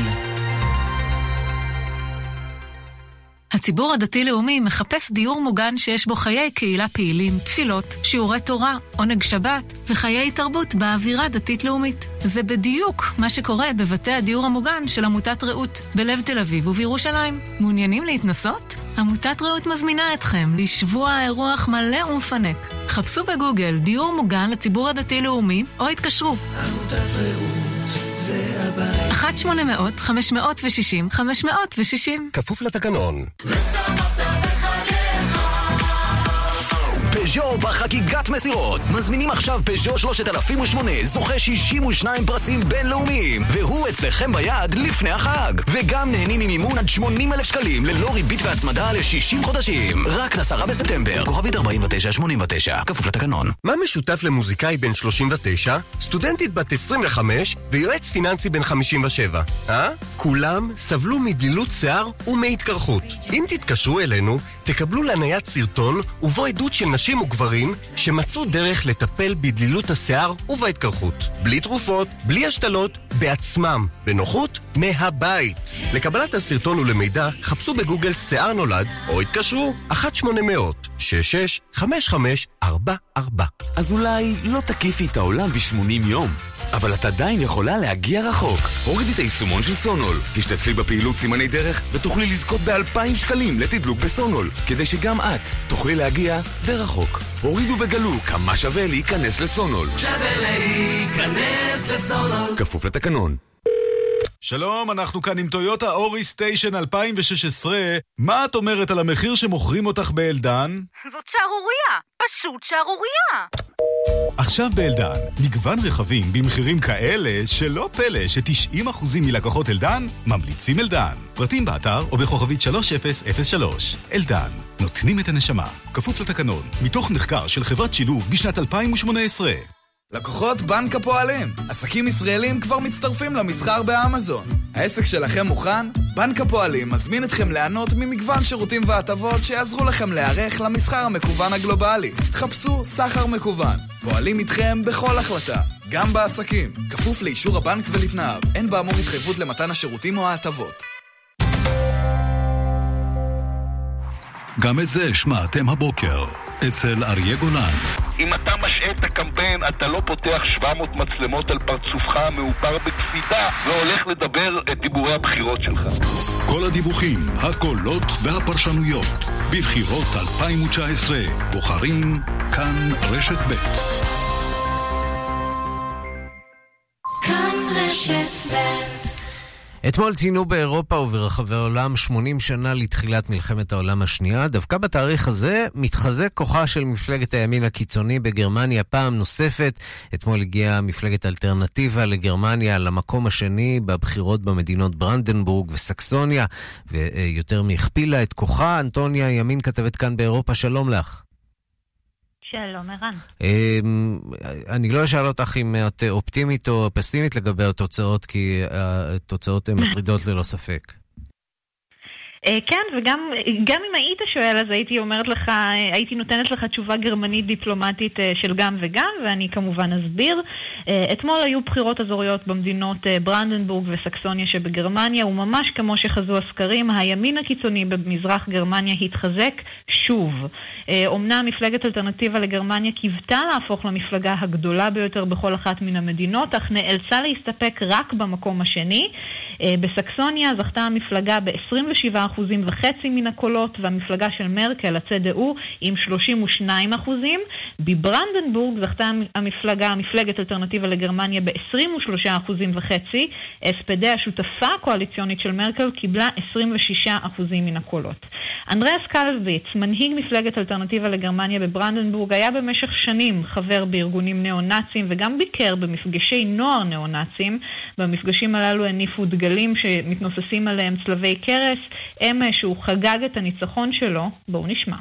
הציבור הדתי-לאומי מחפש דיור מוגן שיש בו חיי קהילה פעילים, תפילות, שיעורי תורה, עונג שבת וחיי תרבות באווירה דתית-לאומית. זה בדיוק מה שקורה בבתי הדיור המוגן של עמותת רעות, בלב תל אביב ובירושלים. מעוניינים להתנסות? עמותת רעות מזמינה אתכם לשבוע האירוח מלא ומפנק. חפשו בגוגל דיור מוגן לציבור הדתי-לאומי או התקשרו. עמותת רעות, זה הבית. 1-800-560-560 כפוף לתקנון. פז'ו בחגיגת מסירות. מזמינים עכשיו פז'ו 3008, זוכה 62 פרסים בינלאומיים, והוא אצלכם ביד לפני החג. וגם נהנים ממימון עד 80,000 שקלים ללא ריבית והצמדה ל-60 חודשים. רק ל10 בספטמבר. כוכבית 4989, כפוף לתקנון. מה משותף למוזיקאי בן 39, סטודנטית בת 25 ויועץ פיננסי בן 57? כולם סבלו מדלילות שיער ומהתקרחות. אם תתקשרו אלינו, תקבלו לנייד סרטון ובו עדות של נשים וגברים שמצאו דרך לטפל בדלילות השיער ובהתקרחות. בלי תרופות, בלי השתלות, בעצמם, בנוחות, מהבית. לקבלת הסרטון ולמידע, חפשו בגוגל שיער נולד או התקשרו 1-800-66-5544. אז אולי לא תקיפי את העולם ב-80 יום, אבל את עדיין יכולה להגיע רחוק. הורידי את היישומון של סונול, השתתפי בפעילות סימני דרך ותוכלי לזכות ב2,000 שקלים לתדלוק בסונול, כדי שגם את תוכלי להגיע ורחוק. הורידו וגלו כמה שווה להיכנס לסונול. שווה להיכנס לסונול. כפוף לתקנון. שלום, אנחנו כאן עם טויוטה אורי סטיישן 2016. מה את אומרת על המחיר שמוכרים אותך באלדן? זאת שערוריה, פשוט שערוריה. עכשיו באלדן, מגוון רכבים במחירים כאלה שלא פלא ש90% מלקוחות אלדן ממליצים אלדן. פרטים באתר או בכוכבית 3003. אלדן, נותנים את הנשמה. כפוף לתקנון, מתוך מחקר של חברת שילוב בשנת 2018. לקוחות בנק הפועלים. עסקים ישראלים כבר מצטרפים למסחר באמזון. העסק שלכם מוכן? בנק הפועלים מזמין אתכם ליהנות ממגוון שירותים והטבות שיעזרו לכם להיערך למסחר המקוון הגלובלי. חפשו סחר מקוון. פועלים איתכם בכל החלטה, גם בעסקים. כפוף לאישור הבנק ולתנאיו. אין באמור התחייבות למתן השירותים או ההטבות. גם את זה שמעתם הבוקר אצל אריה גולן. אם אתה משעה את הקמפיין, אתה לא פותח 700 מצלמות על פרצופך מאופר בקפידה והולך לדבר את דיבורי הבחירות שלך. כל הדיווחים, הקולות והפרשנויות. בבחירות 2019, בוחרים כאן רשת ב'. כאן רשת ב'. אתמול ציינו באירופה וברחבי העולם 80 שנה לתחילת מלחמת העולם השנייה. דווקא בתאריך הזה מתחזק כוחה של מפלגת הימין הקיצוני בגרמניה פעם נוספת. אתמול הגיעה מפלגת אלטרנטיבה לגרמניה למקום השני בבחירות במדינות ברנדנבורג וסקסוניה, ויותר מהכפילה את כוחה. אנטוניה ימין כתבת כאן באירופה, שלום לך. שלום ערן. אני לא אשאל אותך אם את אופטימית או פסימית לגבי התוצאות, כי התוצאות הן מטרידות ללא ספק. כן, וגם אם היית שואל, אז הייתי נותנת לך תשובה גרמנית דיפלומטית של גם וגם, ואני כמובן אסביר. אתמול היו בחירות אזוריות במדינות ברנדנבורג וסקסוניה שבגרמניה, וממש כמו שחזו הסקרים, הימין הקיצוני במזרח גרמניה התחזק שוב. אומנם מפלגת אלטרנטיבה לגרמניה קיוותה להפוך למפלגה הגדולה ביותר בכל אחת מן המדינות, אך נאלצה להסתפק רק במקום השני. בסקסוניה זכתה המפלגה ב-27.5% מן הקולות, והמפלגה של מרקל, הצדעו, עם 32%. בברנדנבורג זכתה מפלגת אלטרנטיבה לגרמניה ב-23.5%. SPD, השותפה הקואליציונית של מרקל, קיבלה 26% מן הקולות. אנדריאס קלוויץ, מנהיג מפלגת אלטרנטיבה לגרמניה בברנדנבורג, היה במשך שנים חבר בארגונים ניאו-נאצים וגם ביקר במפגשי נוער ניאו-נאצים. במפגשים הללו הניפו דגלים שמתנוססים עליהם צלבי קרס. אמש שהוא חגג את הניצחון שלו. בואו נשמע.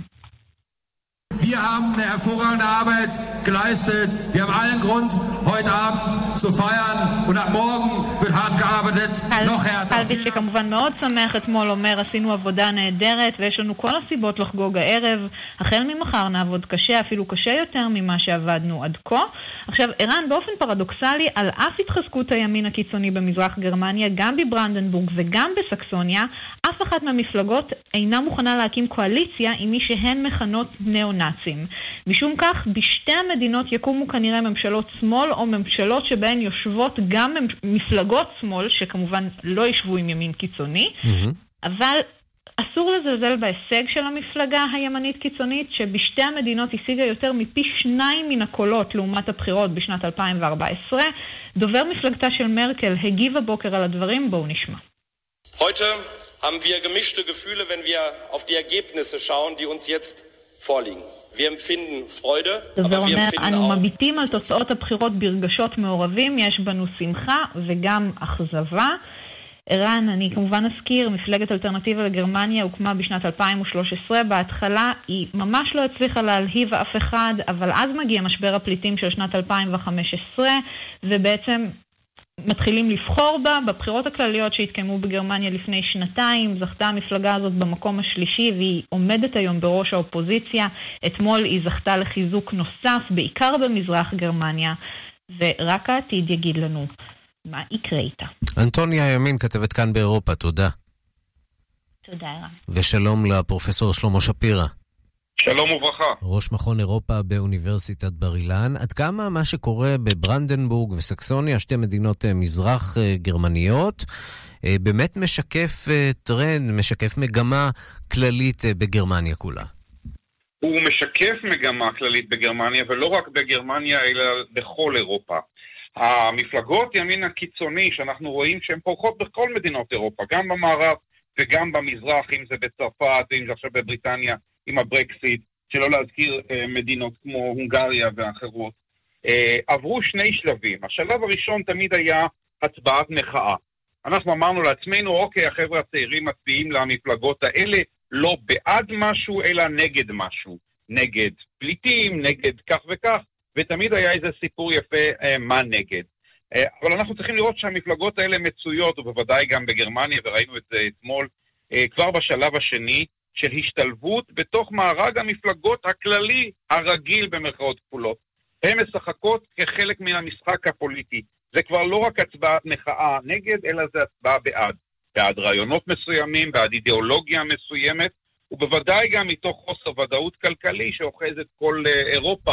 Wir haben eine hervorragende Arbeit geleistet. Wir haben allen Grund, heute Abend zu feiern. Und ab morgen wird hart gearbeitet, noch härter. אלביס שכמובן מאוד שמח אתמול אומר, עשינו עבודה נהדרת ויש לנו כל הסיבות לחגוג הערב. החל ממחר נעבוד קשה, אפילו קשה יותר ממה שעבדנו עד כה. עכשיו, ערן, באופן פרדוקסלי, על אף התחזקות הימין הקיצוני במזרח גרמניה, גם בברנדנבורג וגם בסקסוניה, אף אחת מהמפלגות אינה מוכנה להקים קואליציה עם מי שהן מכנות ניאו-נאצים. משום כך, בשתי המדינות יקומו כנראה ממשלות שמאל, או ממשלות שבהן יושבות גם מפלגות שמאל, שכמובן לא ישבו עם ימין קיצוני, אבל אסור לזלזל בהישג של המפלגה הימנית קיצונית, שבשתי המדינות השיגה יותר מפי 2 מן הקולות לעומת הבחירות בשנת 2014. דובר מפלגתה של מרקל הגיב הבוקר על הדברים, בואו נשמע. Heute haben wir gemischte Gefühle, wenn wir auf die Ergebnisse schauen, die uns jetzt vorliegen. Wir empfinden Freude, aber wir empfinden אנו auch... מביטים על תוצאות הבחירות ברגשות מעורבים, יש בנו שמחה וגם אכזבה. ערן, אני כמובן אזכיר, מפלגת אלטרנטיבה לגרמניה הוקמה בשנת 2013. בהתחלה היא ממש לא הצליחה להלהיב אף אחד, אבל אז מגיע משבר הפליטים של שנת 2015, ובעצם מתחילים לבחור בה. בבחירות הכלליות שהתקיימו בגרמניה לפני שנתיים, זכתה המפלגה הזאת במקום השלישי, והיא עומדת היום בראש האופוזיציה. אתמול היא זכתה לחיזוק נוסף, בעיקר במזרח גרמניה, ורק העתיד יגיד לנו מה יקרה איתה. אנטוניה ימין כתבת כאן באירופה, תודה. תודה ערן. ושלום לפרופסור שלמה שפירא. שלום וברכה. ראש מכון אירופה באוניברסיטת בר אילן. עד כמה מה שקורה בברנדנבורג וסקסוניה, שתי מדינות מזרח גרמניות, באמת משקף טרנד, משקף מגמה כללית בגרמניה כולה? הוא משקף מגמה כללית בגרמניה, ולא רק בגרמניה, אלא בכל אירופה. המפלגות ימין הקיצוני שאנחנו רואים שהן פורחות בכל מדינות אירופה, גם במערב וגם במזרח, אם זה בצרפת, אם זה עכשיו בבריטניה, עם הברקסיט, שלא להזכיר מדינות כמו הונגריה ואחרות, עברו שני שלבים. השלב הראשון תמיד היה הצבעת מחאה. אנחנו אמרנו לעצמנו, אוקיי, החבר'ה הצעירים מצביעים למפלגות האלה, לא בעד משהו, אלא נגד משהו. נגד פליטים, נגד כך וכך, ותמיד היה איזה סיפור יפה מה נגד. אבל אנחנו צריכים לראות שהמפלגות האלה מצויות, ובוודאי גם בגרמניה, וראינו את זה אתמול, כבר בשלב השני, של השתלבות בתוך מארג המפלגות הכללי הרגיל במרכאות כפולות. הן משחקות כחלק מן המשחק הפוליטי. זה כבר לא רק הצבעת מחאה נגד, אלא זה הצבעה בעד. בעד רעיונות מסוימים, בעד אידיאולוגיה מסוימת, ובוודאי גם מתוך חוסר ודאות כלכלי שאוחז את כל אירופה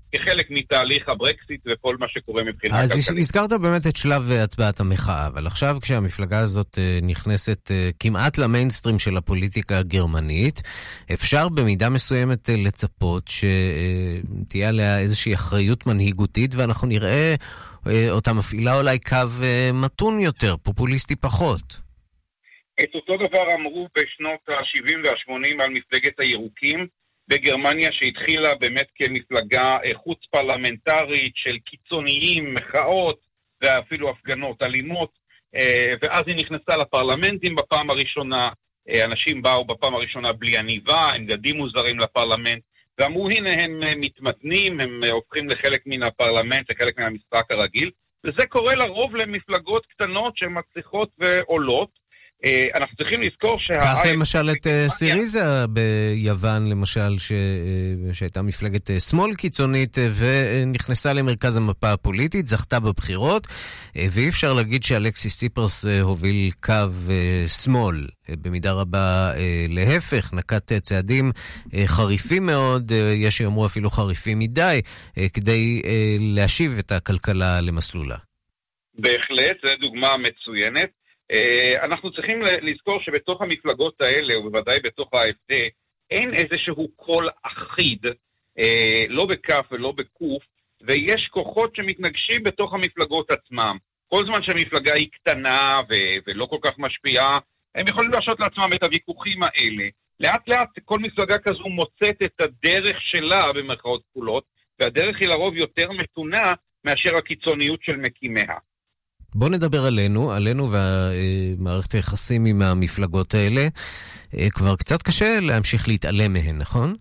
כחלק מתהליך הברקסיט וכל מה שקורה מבחינה כלכלית. אז הזכרת באמת את שלב הצבעת המחאה, אבל עכשיו כשהמפלגה הזאת נכנסת כמעט למיינסטרים של הפוליטיקה הגרמנית, אפשר במידה מסוימת לצפות שתהיה עליה איזושהי אחריות מנהיגותית, ואנחנו נראה אותה מפעילה אולי קו מתון יותר, פופוליסטי פחות. את אותו דבר אמרו בשנות ה-70 וה-80 על מפלגת הירוקים בגרמניה, שהתחילה באמת כמפלגה חוץ פרלמנטרית של קיצוניים, מחאות ואפילו הפגנות אלימות, ואז היא נכנסה לפרלמנטים בפעם הראשונה. אנשים באו בפעם הראשונה בלי עניבה, הם גדים מוזרים לפרלמנט, ואמרו הנה הם מתמתנים, הם הופכים לחלק מן הפרלמנט, לחלק מן המשחק הרגיל, וזה קורה לרוב למפלגות קטנות שמצליחות ועולות. אנחנו צריכים לזכור כך למשל את סיריזה ביוון, למשל, שהייתה מפלגת שמאל קיצונית ונכנסה למרכז המפה הפוליטית, זכתה בבחירות, ואי אפשר להגיד שאלכסיס ציפרס הוביל קו שמאל, במידה רבה להפך, נקט צעדים חריפים מאוד, יש שיאמרו אפילו חריפים מדי, כדי להשיב את הכלכלה למסלולה. בהחלט, זו דוגמה מצוינת. אנחנו צריכים לזכור שבתוך המפלגות האלה, ובוודאי בתוך ה-AfD, אין איזשהו קול אחיד, לא בכף ולא בקוף, ויש כוחות שמתנגשים בתוך המפלגות עצמם. כל זמן שהמפלגה היא קטנה ולא כל כך משפיעה, הם יכולים להרשות לעצמם את הוויכוחים האלה. לאט לאט כל מפלגה כזו מוצאת את הדרך שלה במרכאות כפולות, והדרך היא לרוב יותר מתונה מאשר הקיצוניות של מקימיה. בוא נדבר עלינו ומערכת היחסים עם המפלגות האלה. כבר קצת קשה להמשיך להתעלם מהן, נכון?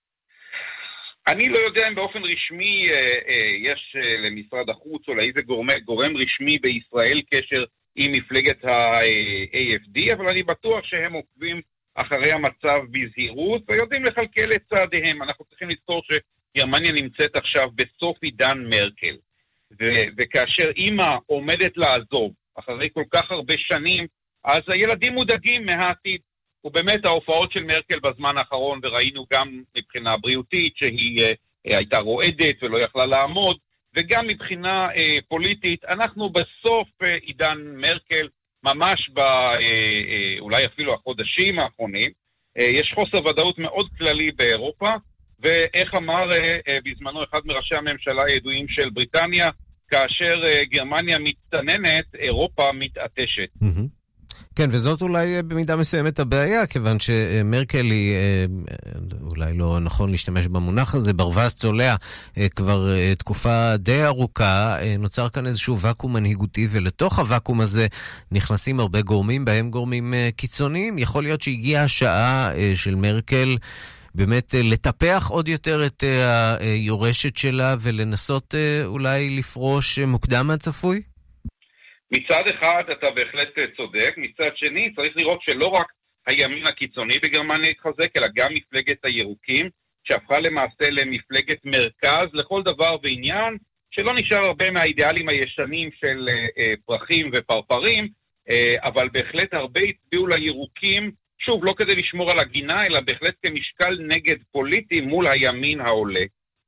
אני לא יודע אם באופן רשמי יש למשרד החוץ או לאיזה גורם רשמי בישראל קשר עם מפלגת ה-AFD, אבל אני בטוח שהם עוקבים אחרי המצב בזהירות ויודעים לכלכל את צעדיהם. אנחנו צריכים לזכור שגרמניה נמצאת עכשיו בסוף עידן מרקל. וכאשר אימא עומדת לעזוב אחרי כל כך הרבה שנים, אז הילדים מודאגים מהעתיד. ובאמת ההופעות של מרקל בזמן האחרון, וראינו גם מבחינה בריאותית שהיא הייתה רועדת ולא יכלה לעמוד, וגם מבחינה פוליטית, אנחנו בסוף עידן מרקל, ממש אולי אפילו החודשים האחרונים, יש חוסר ודאות מאוד כללי באירופה, ואיך אמר בזמנו אחד מראשי הממשלה הידועים של בריטניה, כאשר גרמניה מצטננת, אירופה מתעטשת. כן, וזאת אולי במידה מסוימת הבעיה, כיוון שמרקל היא, אולי לא נכון להשתמש במונח הזה, ברווז צולע כבר תקופה די ארוכה, נוצר כאן איזשהו וקום מנהיגותי, ולתוך הוואקום הזה נכנסים הרבה גורמים, בהם גורמים קיצוניים. יכול להיות שהגיעה השעה של מרקל באמת לטפח עוד יותר את היורשת שלה ולנסות אולי לפרוש מוקדם מהצפוי? מצד אחד אתה בהחלט צודק, מצד שני צריך לראות שלא רק הימין הקיצוני בגרמניה התחזק, אלא גם מפלגת הירוקים, שהפכה למעשה למפלגת מרכז לכל דבר ועניין, שלא נשאר הרבה מהאידיאלים הישנים של פרחים ופרפרים, אבל בהחלט הרבה הצביעו לירוקים, שוב, לא כדי לשמור על הגינה, אלא בהחלט כמשקל נגד פוליטי מול הימין העולה.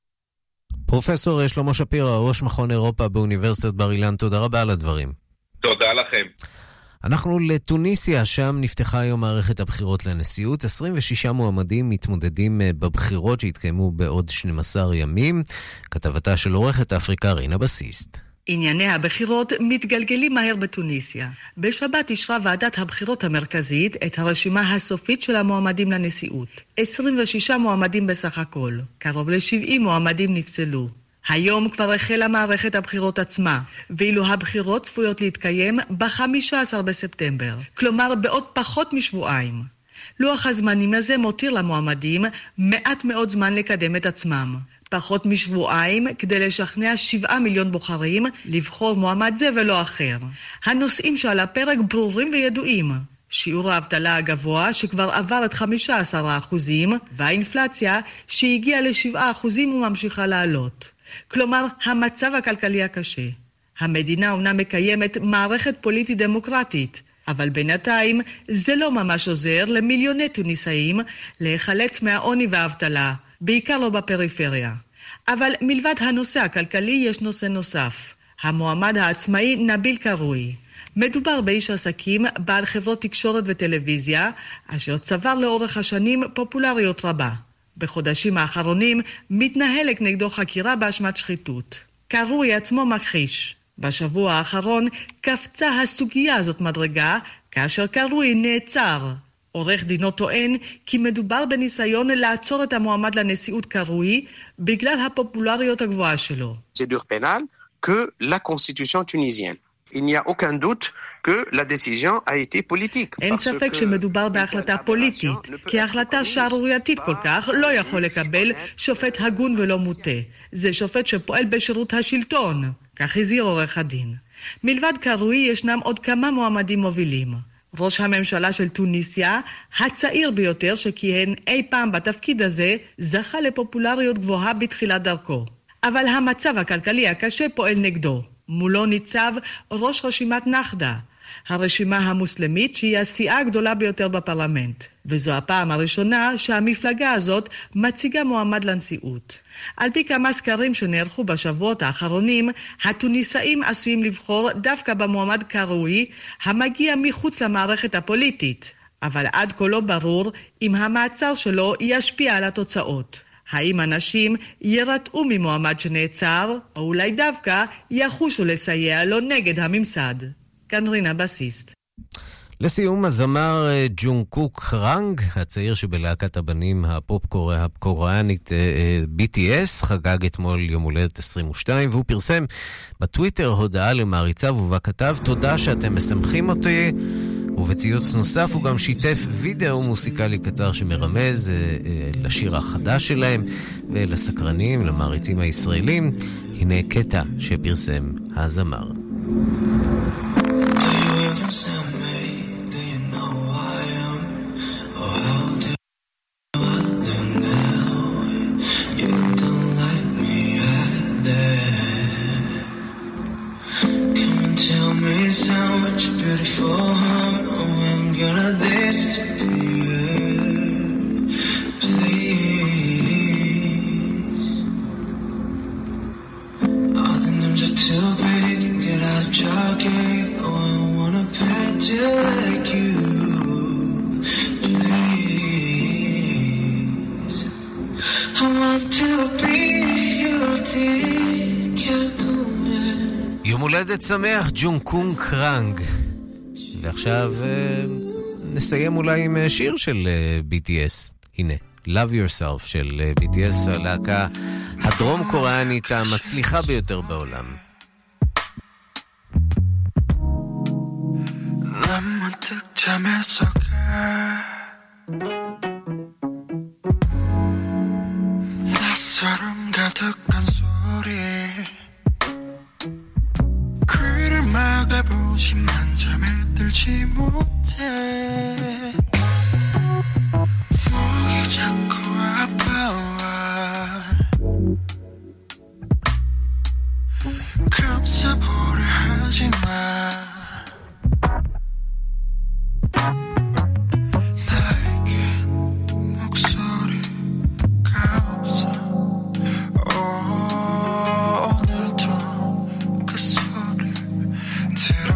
פרופסור שלמה שפירא, ראש מכון אירופה באוניברסיטת בר אילן, תודה רבה על הדברים. תודה לכם. אנחנו לטוניסיה, שם נפתחה היום מערכת הבחירות לנשיאות. 26 מועמדים מתמודדים בבחירות שהתקיימו בעוד 12 ימים. כתבתה של עורכת אפריקה רינה בסיסט. ענייני הבחירות מתגלגלים מהר בטוניסיה. בשבת אישרה ועדת הבחירות המרכזית את הרשימה הסופית של המועמדים לנשיאות. 26 מועמדים בסך הכל. קרוב ל-70 מועמדים נפסלו. היום כבר החלה מערכת הבחירות עצמה, ואילו הבחירות צפויות להתקיים ב-15 בספטמבר, כלומר בעוד פחות משבועיים. לוח הזמנים הזה מותיר למועמדים מעט מאוד זמן לקדם את עצמם. פחות משבועיים כדי לשכנע 7 מיליון בוחרים לבחור מועמד זה ולא אחר. הנושאים שעל הפרק ברורים וידועים. שיעור האבטלה הגבוה שכבר עבר את 15%, והאינפלציה שהגיעה ל7% וממשיכה לעלות. כלומר, המצב הכלכלי הקשה. המדינה אומנם מקיימת מערכת פוליטית דמוקרטית, אבל בינתיים זה לא ממש עוזר למיליוני טוניסאים להיחלץ מהעוני והאבטלה, בעיקר לא בפריפריה. אבל מלבד הנושא הכלכלי יש נושא נוסף. המועמד העצמאי נביל קרוי. מדובר באיש עסקים בעל חברות תקשורת וטלוויזיה, אשר צבר לאורך השנים פופולריות רבה. בחודשים האחרונים מתנהלת נגדו חקירה באשמת שחיתות. קרוי עצמו מכחיש. בשבוע האחרון קפצה הסוגיה הזאת מדרגה, כאשר קרוי נעצר. עורך דינו טוען כי מדובר בניסיון לעצור את המועמד לנשיאות קרוי בגלל הפופולריות הגבוהה שלו. C'est dur pénal que la constitution tunisienne. Il n'y a aucun doute que la décision a été politique. אין ספק שמדובר בהחלטה פוליטית, כי החלטה שערורייתית כל כך לא יכול לקבל שופט הגון ולא מוטה. זה שופט שפועל בשירות השלטון, כך הזהיר עורך הדין. מלבד קרוי ישנם עוד כמה מועמדים מובילים. ראש הממשלה של טוניסיה, הצעיר ביותר שכיהן אי פעם בתפקיד הזה, זכה לפופולריות גבוהה בתחילת דרכו. אבל המצב הכלכלי הקשה פועל נגדו. מולו ניצב ראש רשימת נחדה, הרשימה המוסלמית שהיא הסיעה הגדולה ביותר בפרלמנט. וזו הפעם הראשונה שהמפלגה הזאת מציגה מועמד לנשיאות. על פי כמה סקרים שנערכו בשבועות האחרונים, הטוניסאים עשויים לבחור דווקא במועמד קרוי, המגיע מחוץ למערכת הפוליטית. אבל עד כה לא ברור אם המעצר שלו ישפיע על התוצאות. האם אנשים ירתעו ממועמד שנעצר, או אולי דווקא יחושו לסייע לו נגד הממסד. כאן רינה בסיסט. לסיום, הזמר ג'ונקוק רנג, הצעיר שבלהקת הבנים הפופ-קוריאנית BTS, חגג אתמול יום הולדת 22, והוא פרסם בטוויטר הודעה למעריציו ובה כתב, תודה שאתם משמחים אותי, ובציוץ נוסף הוא גם שיתף וידאו מוסיקלי קצר שמרמז לשיר החדש שלהם ולסקרנים, למעריצים הישראלים. הנה קטע שפרסם הזמר. Tell me so much beautiful, oh, I'm gonna this to you, please. All the names are too big, get out of jogging, oh, I wanna pet you like you, please. I want to be your ticket. יום הולדת שמח, ג'ונקוק רנג. ועכשיו נסיים אולי עם שיר של BTS. הנה, Love Yourself של BTS, הלהקה הדרום קוריאנית המצליחה ביותר בעולם. למה תקשמס 낯설음 가득한 소리 귀를 막아보지만 잠에 들지 못해 목이 자꾸 아파와 감싸보려 하지마 나에겐 목소리가 없어 오늘도 그 소리를 들어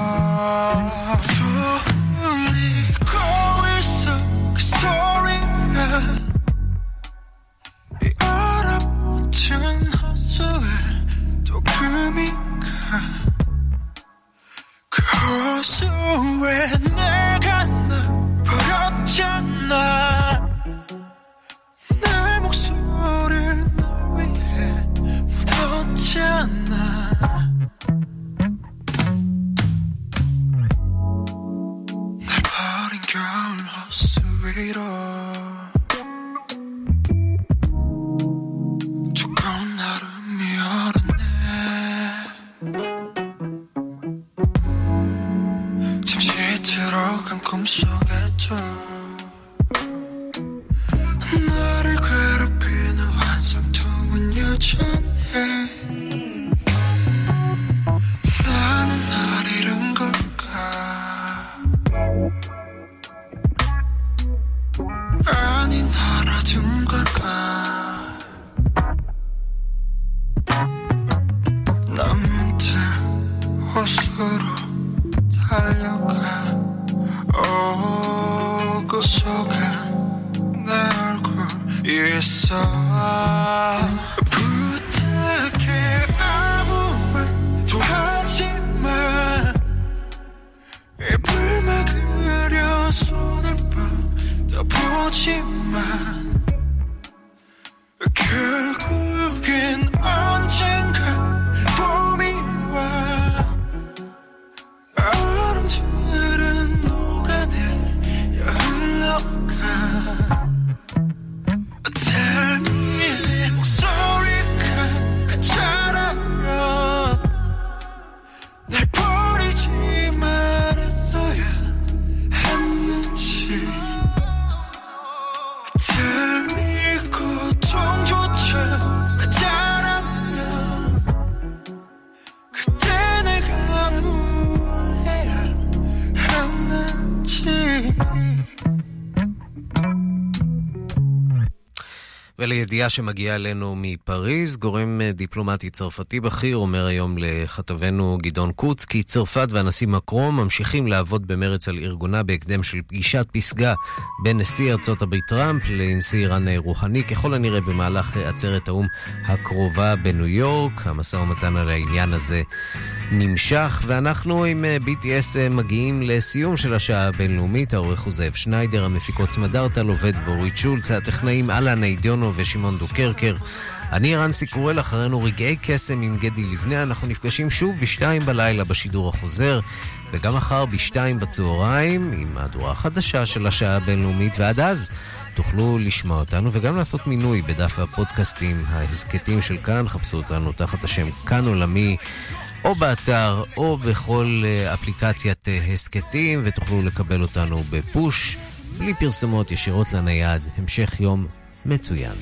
들리고 있어 그 소리가 이 얼어붙은 호수에 또 금이 가 그 호수에 내가 널 버렸잖아 내 목소리를 널 위해 묻었잖아 날 버린 겨울 호수 위로 두꺼운 얼음이 얼었네 잠시 들어간 꿈속에도 나를 괴롭히는 환상통은 여전해 나는 날 잃은 걸까 아니 널 얻은 걸까 ולידיעה שמגיעה אלינו מפריז, גורם דיפלומטי צרפתי בכיר אומר היום לכתבנו גדעון קוץ כי צרפת והנשיא מקרון ממשיכים לעבוד במרץ על ארגונה בהקדם של פגישת פסגה בין נשיא ארצות הברית טראמפ לנשיא איראן רוהני, ככל הנראה במהלך עצרת האום הקרובה בניו יורק. המשא ומתן על העניין הזה נמשך, ואנחנו עם BTS מגיעים לסיום של השעה הבינלאומית. העורך הוא זאב שניידר, המפיקות סמדארטל עובד ואורית שולץ, הטכנאים אלן אידיונו ושמעון דוקרקר. אני רנסי קורל, אחרינו רגעי קסם עם גדי לבנה. אנחנו נפגשים שוב ב-2 בלילה בשידור החוזר, וגם מחר ב-2 בצהריים עם מהדורה החדשה של השעה הבינלאומית, ועד אז תוכלו לשמוע אותנו וגם לעשות מינוי בדף הפודקאסטים ההסקטים של כאן. חפשו אותנו תחת השם כאן עולמי, או באתר או בכל אפליקציית הסקטים, ותוכלו לקבל אותנו בפוש בלי פרסמות, ישירות לנייד. המשך יום מצוין.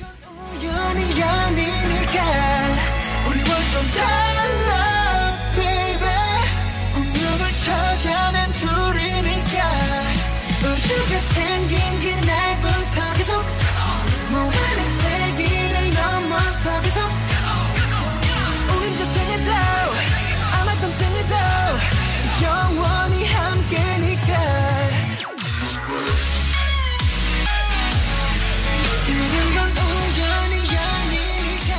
영원히 함께니까 이런 건 우연이 아니니까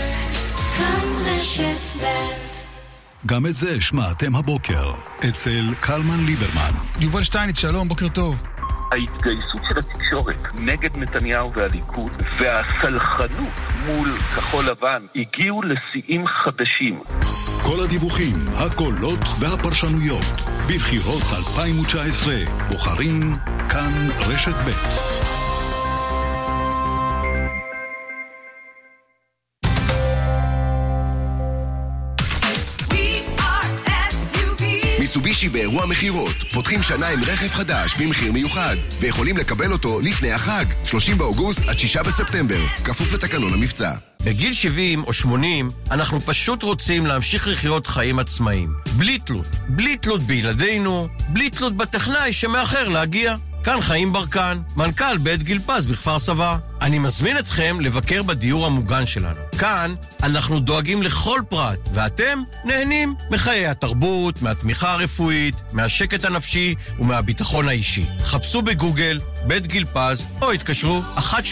רשת ב'. גם את זה שמעתם הבוקר אצל קלמן ליברמן. יובל שטייניץ, שלום, בוקר טוב. ההתגייסות של התקשורת נגד נתניהו והליכוד והסלחנות מול כחול לבן הגיעו לשיאים חדשים. כל הדיווחים, הקולות והפרשנויות בבחירות 2019 בוחרים כאן רשת ב'. מיצובישי באירוע מחירות. פותחים שנה עם רכב חדש במחיר מיוחד, ויכולים לקבל אותו לפני החג, 30 באוגוסט עד 6 בספטמבר, כפוף לתקנון המבצע. בגיל 70 או 80, אנחנו פשוט רוצים להמשיך לחיות חיים עצמאיים. בלי תלות. בלי תלות בילדינו, בלי תלות בטכנאי שמאחר להגיע. כאן חיים ברקן, מנכ"ל בית גיל פז בכפר סבא. אני מזמין אתכם לבקר בדיור המוגן שלנו. כאן אנחנו דואגים לכל פרט, ואתם נהנים מחיי התרבות, מהתמיכה הרפואית, מהשקט הנפשי ומהביטחון האישי. חפשו בגוגל בית גיל פז או התקשרו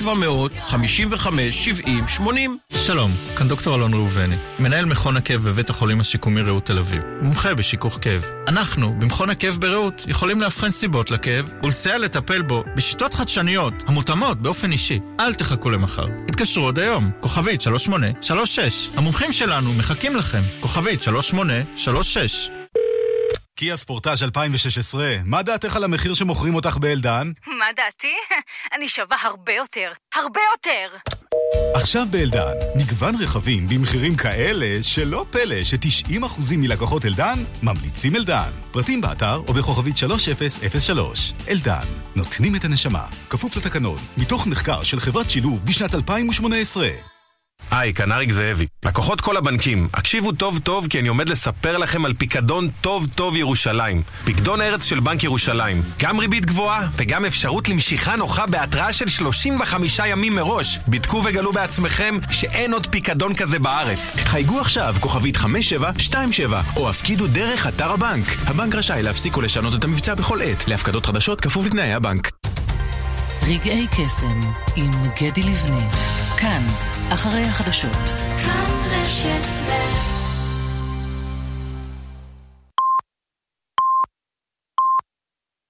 1-700-55-70-80. שלום, כאן דוקטור אלון ראובני, מנהל מכון הכאב בבית החולים השיקומי רעות תל אביב, מומחה בשיכוך כאב. אנחנו במכון הכאב ברעות יכולים להבחן סיבות לכאב ולסייע לטפל בו בשיטות חדשניות המותאמות באופן אישי. אל תחכו למחר, התקשרו עוד היום, כוכבית 3836. המומחים שלנו מחכים לכם, כוכבית 3836. קיה ספורטאז' 2016, מה דעתך על המחיר שמוכרים אותך באלדן? מה דעתי? אני שווה הרבה יותר, הרבה יותר. עכשיו באלדן, מגוון רכבים במחירים כאלה שלא פלא ש90% מלקוחות אלדן ממליצים אלדן. פרטים באתר או בכוכבית 3003. אלדן, נותנים את הנשמה, כפוף לתקנון, מתוך מחקר של חברת שילוב בשנת 2018. היי, כאן אריק זאבי. לקוחות כל הבנקים, הקשיבו טוב טוב כי אני עומד לספר לכם על פיקדון טוב טוב ירושלים. פיקדון ארץ של בנק ירושלים. גם ריבית גבוהה וגם אפשרות למשיכה נוחה בהתראה של 35 ימים מראש. בדקו וגלו בעצמכם שאין עוד פיקדון כזה בארץ. חייגו עכשיו, כוכבית 5727, או הפקידו דרך אתר הבנק. הבנק רשאי להפסיק או לשנות את המבצע בכל עת. להפקדות חדשות כפוף לתנאי הבנק. רגעי קסם עם גדי לבנה. כאן, אחרי החדשות. כאן רשת ב'.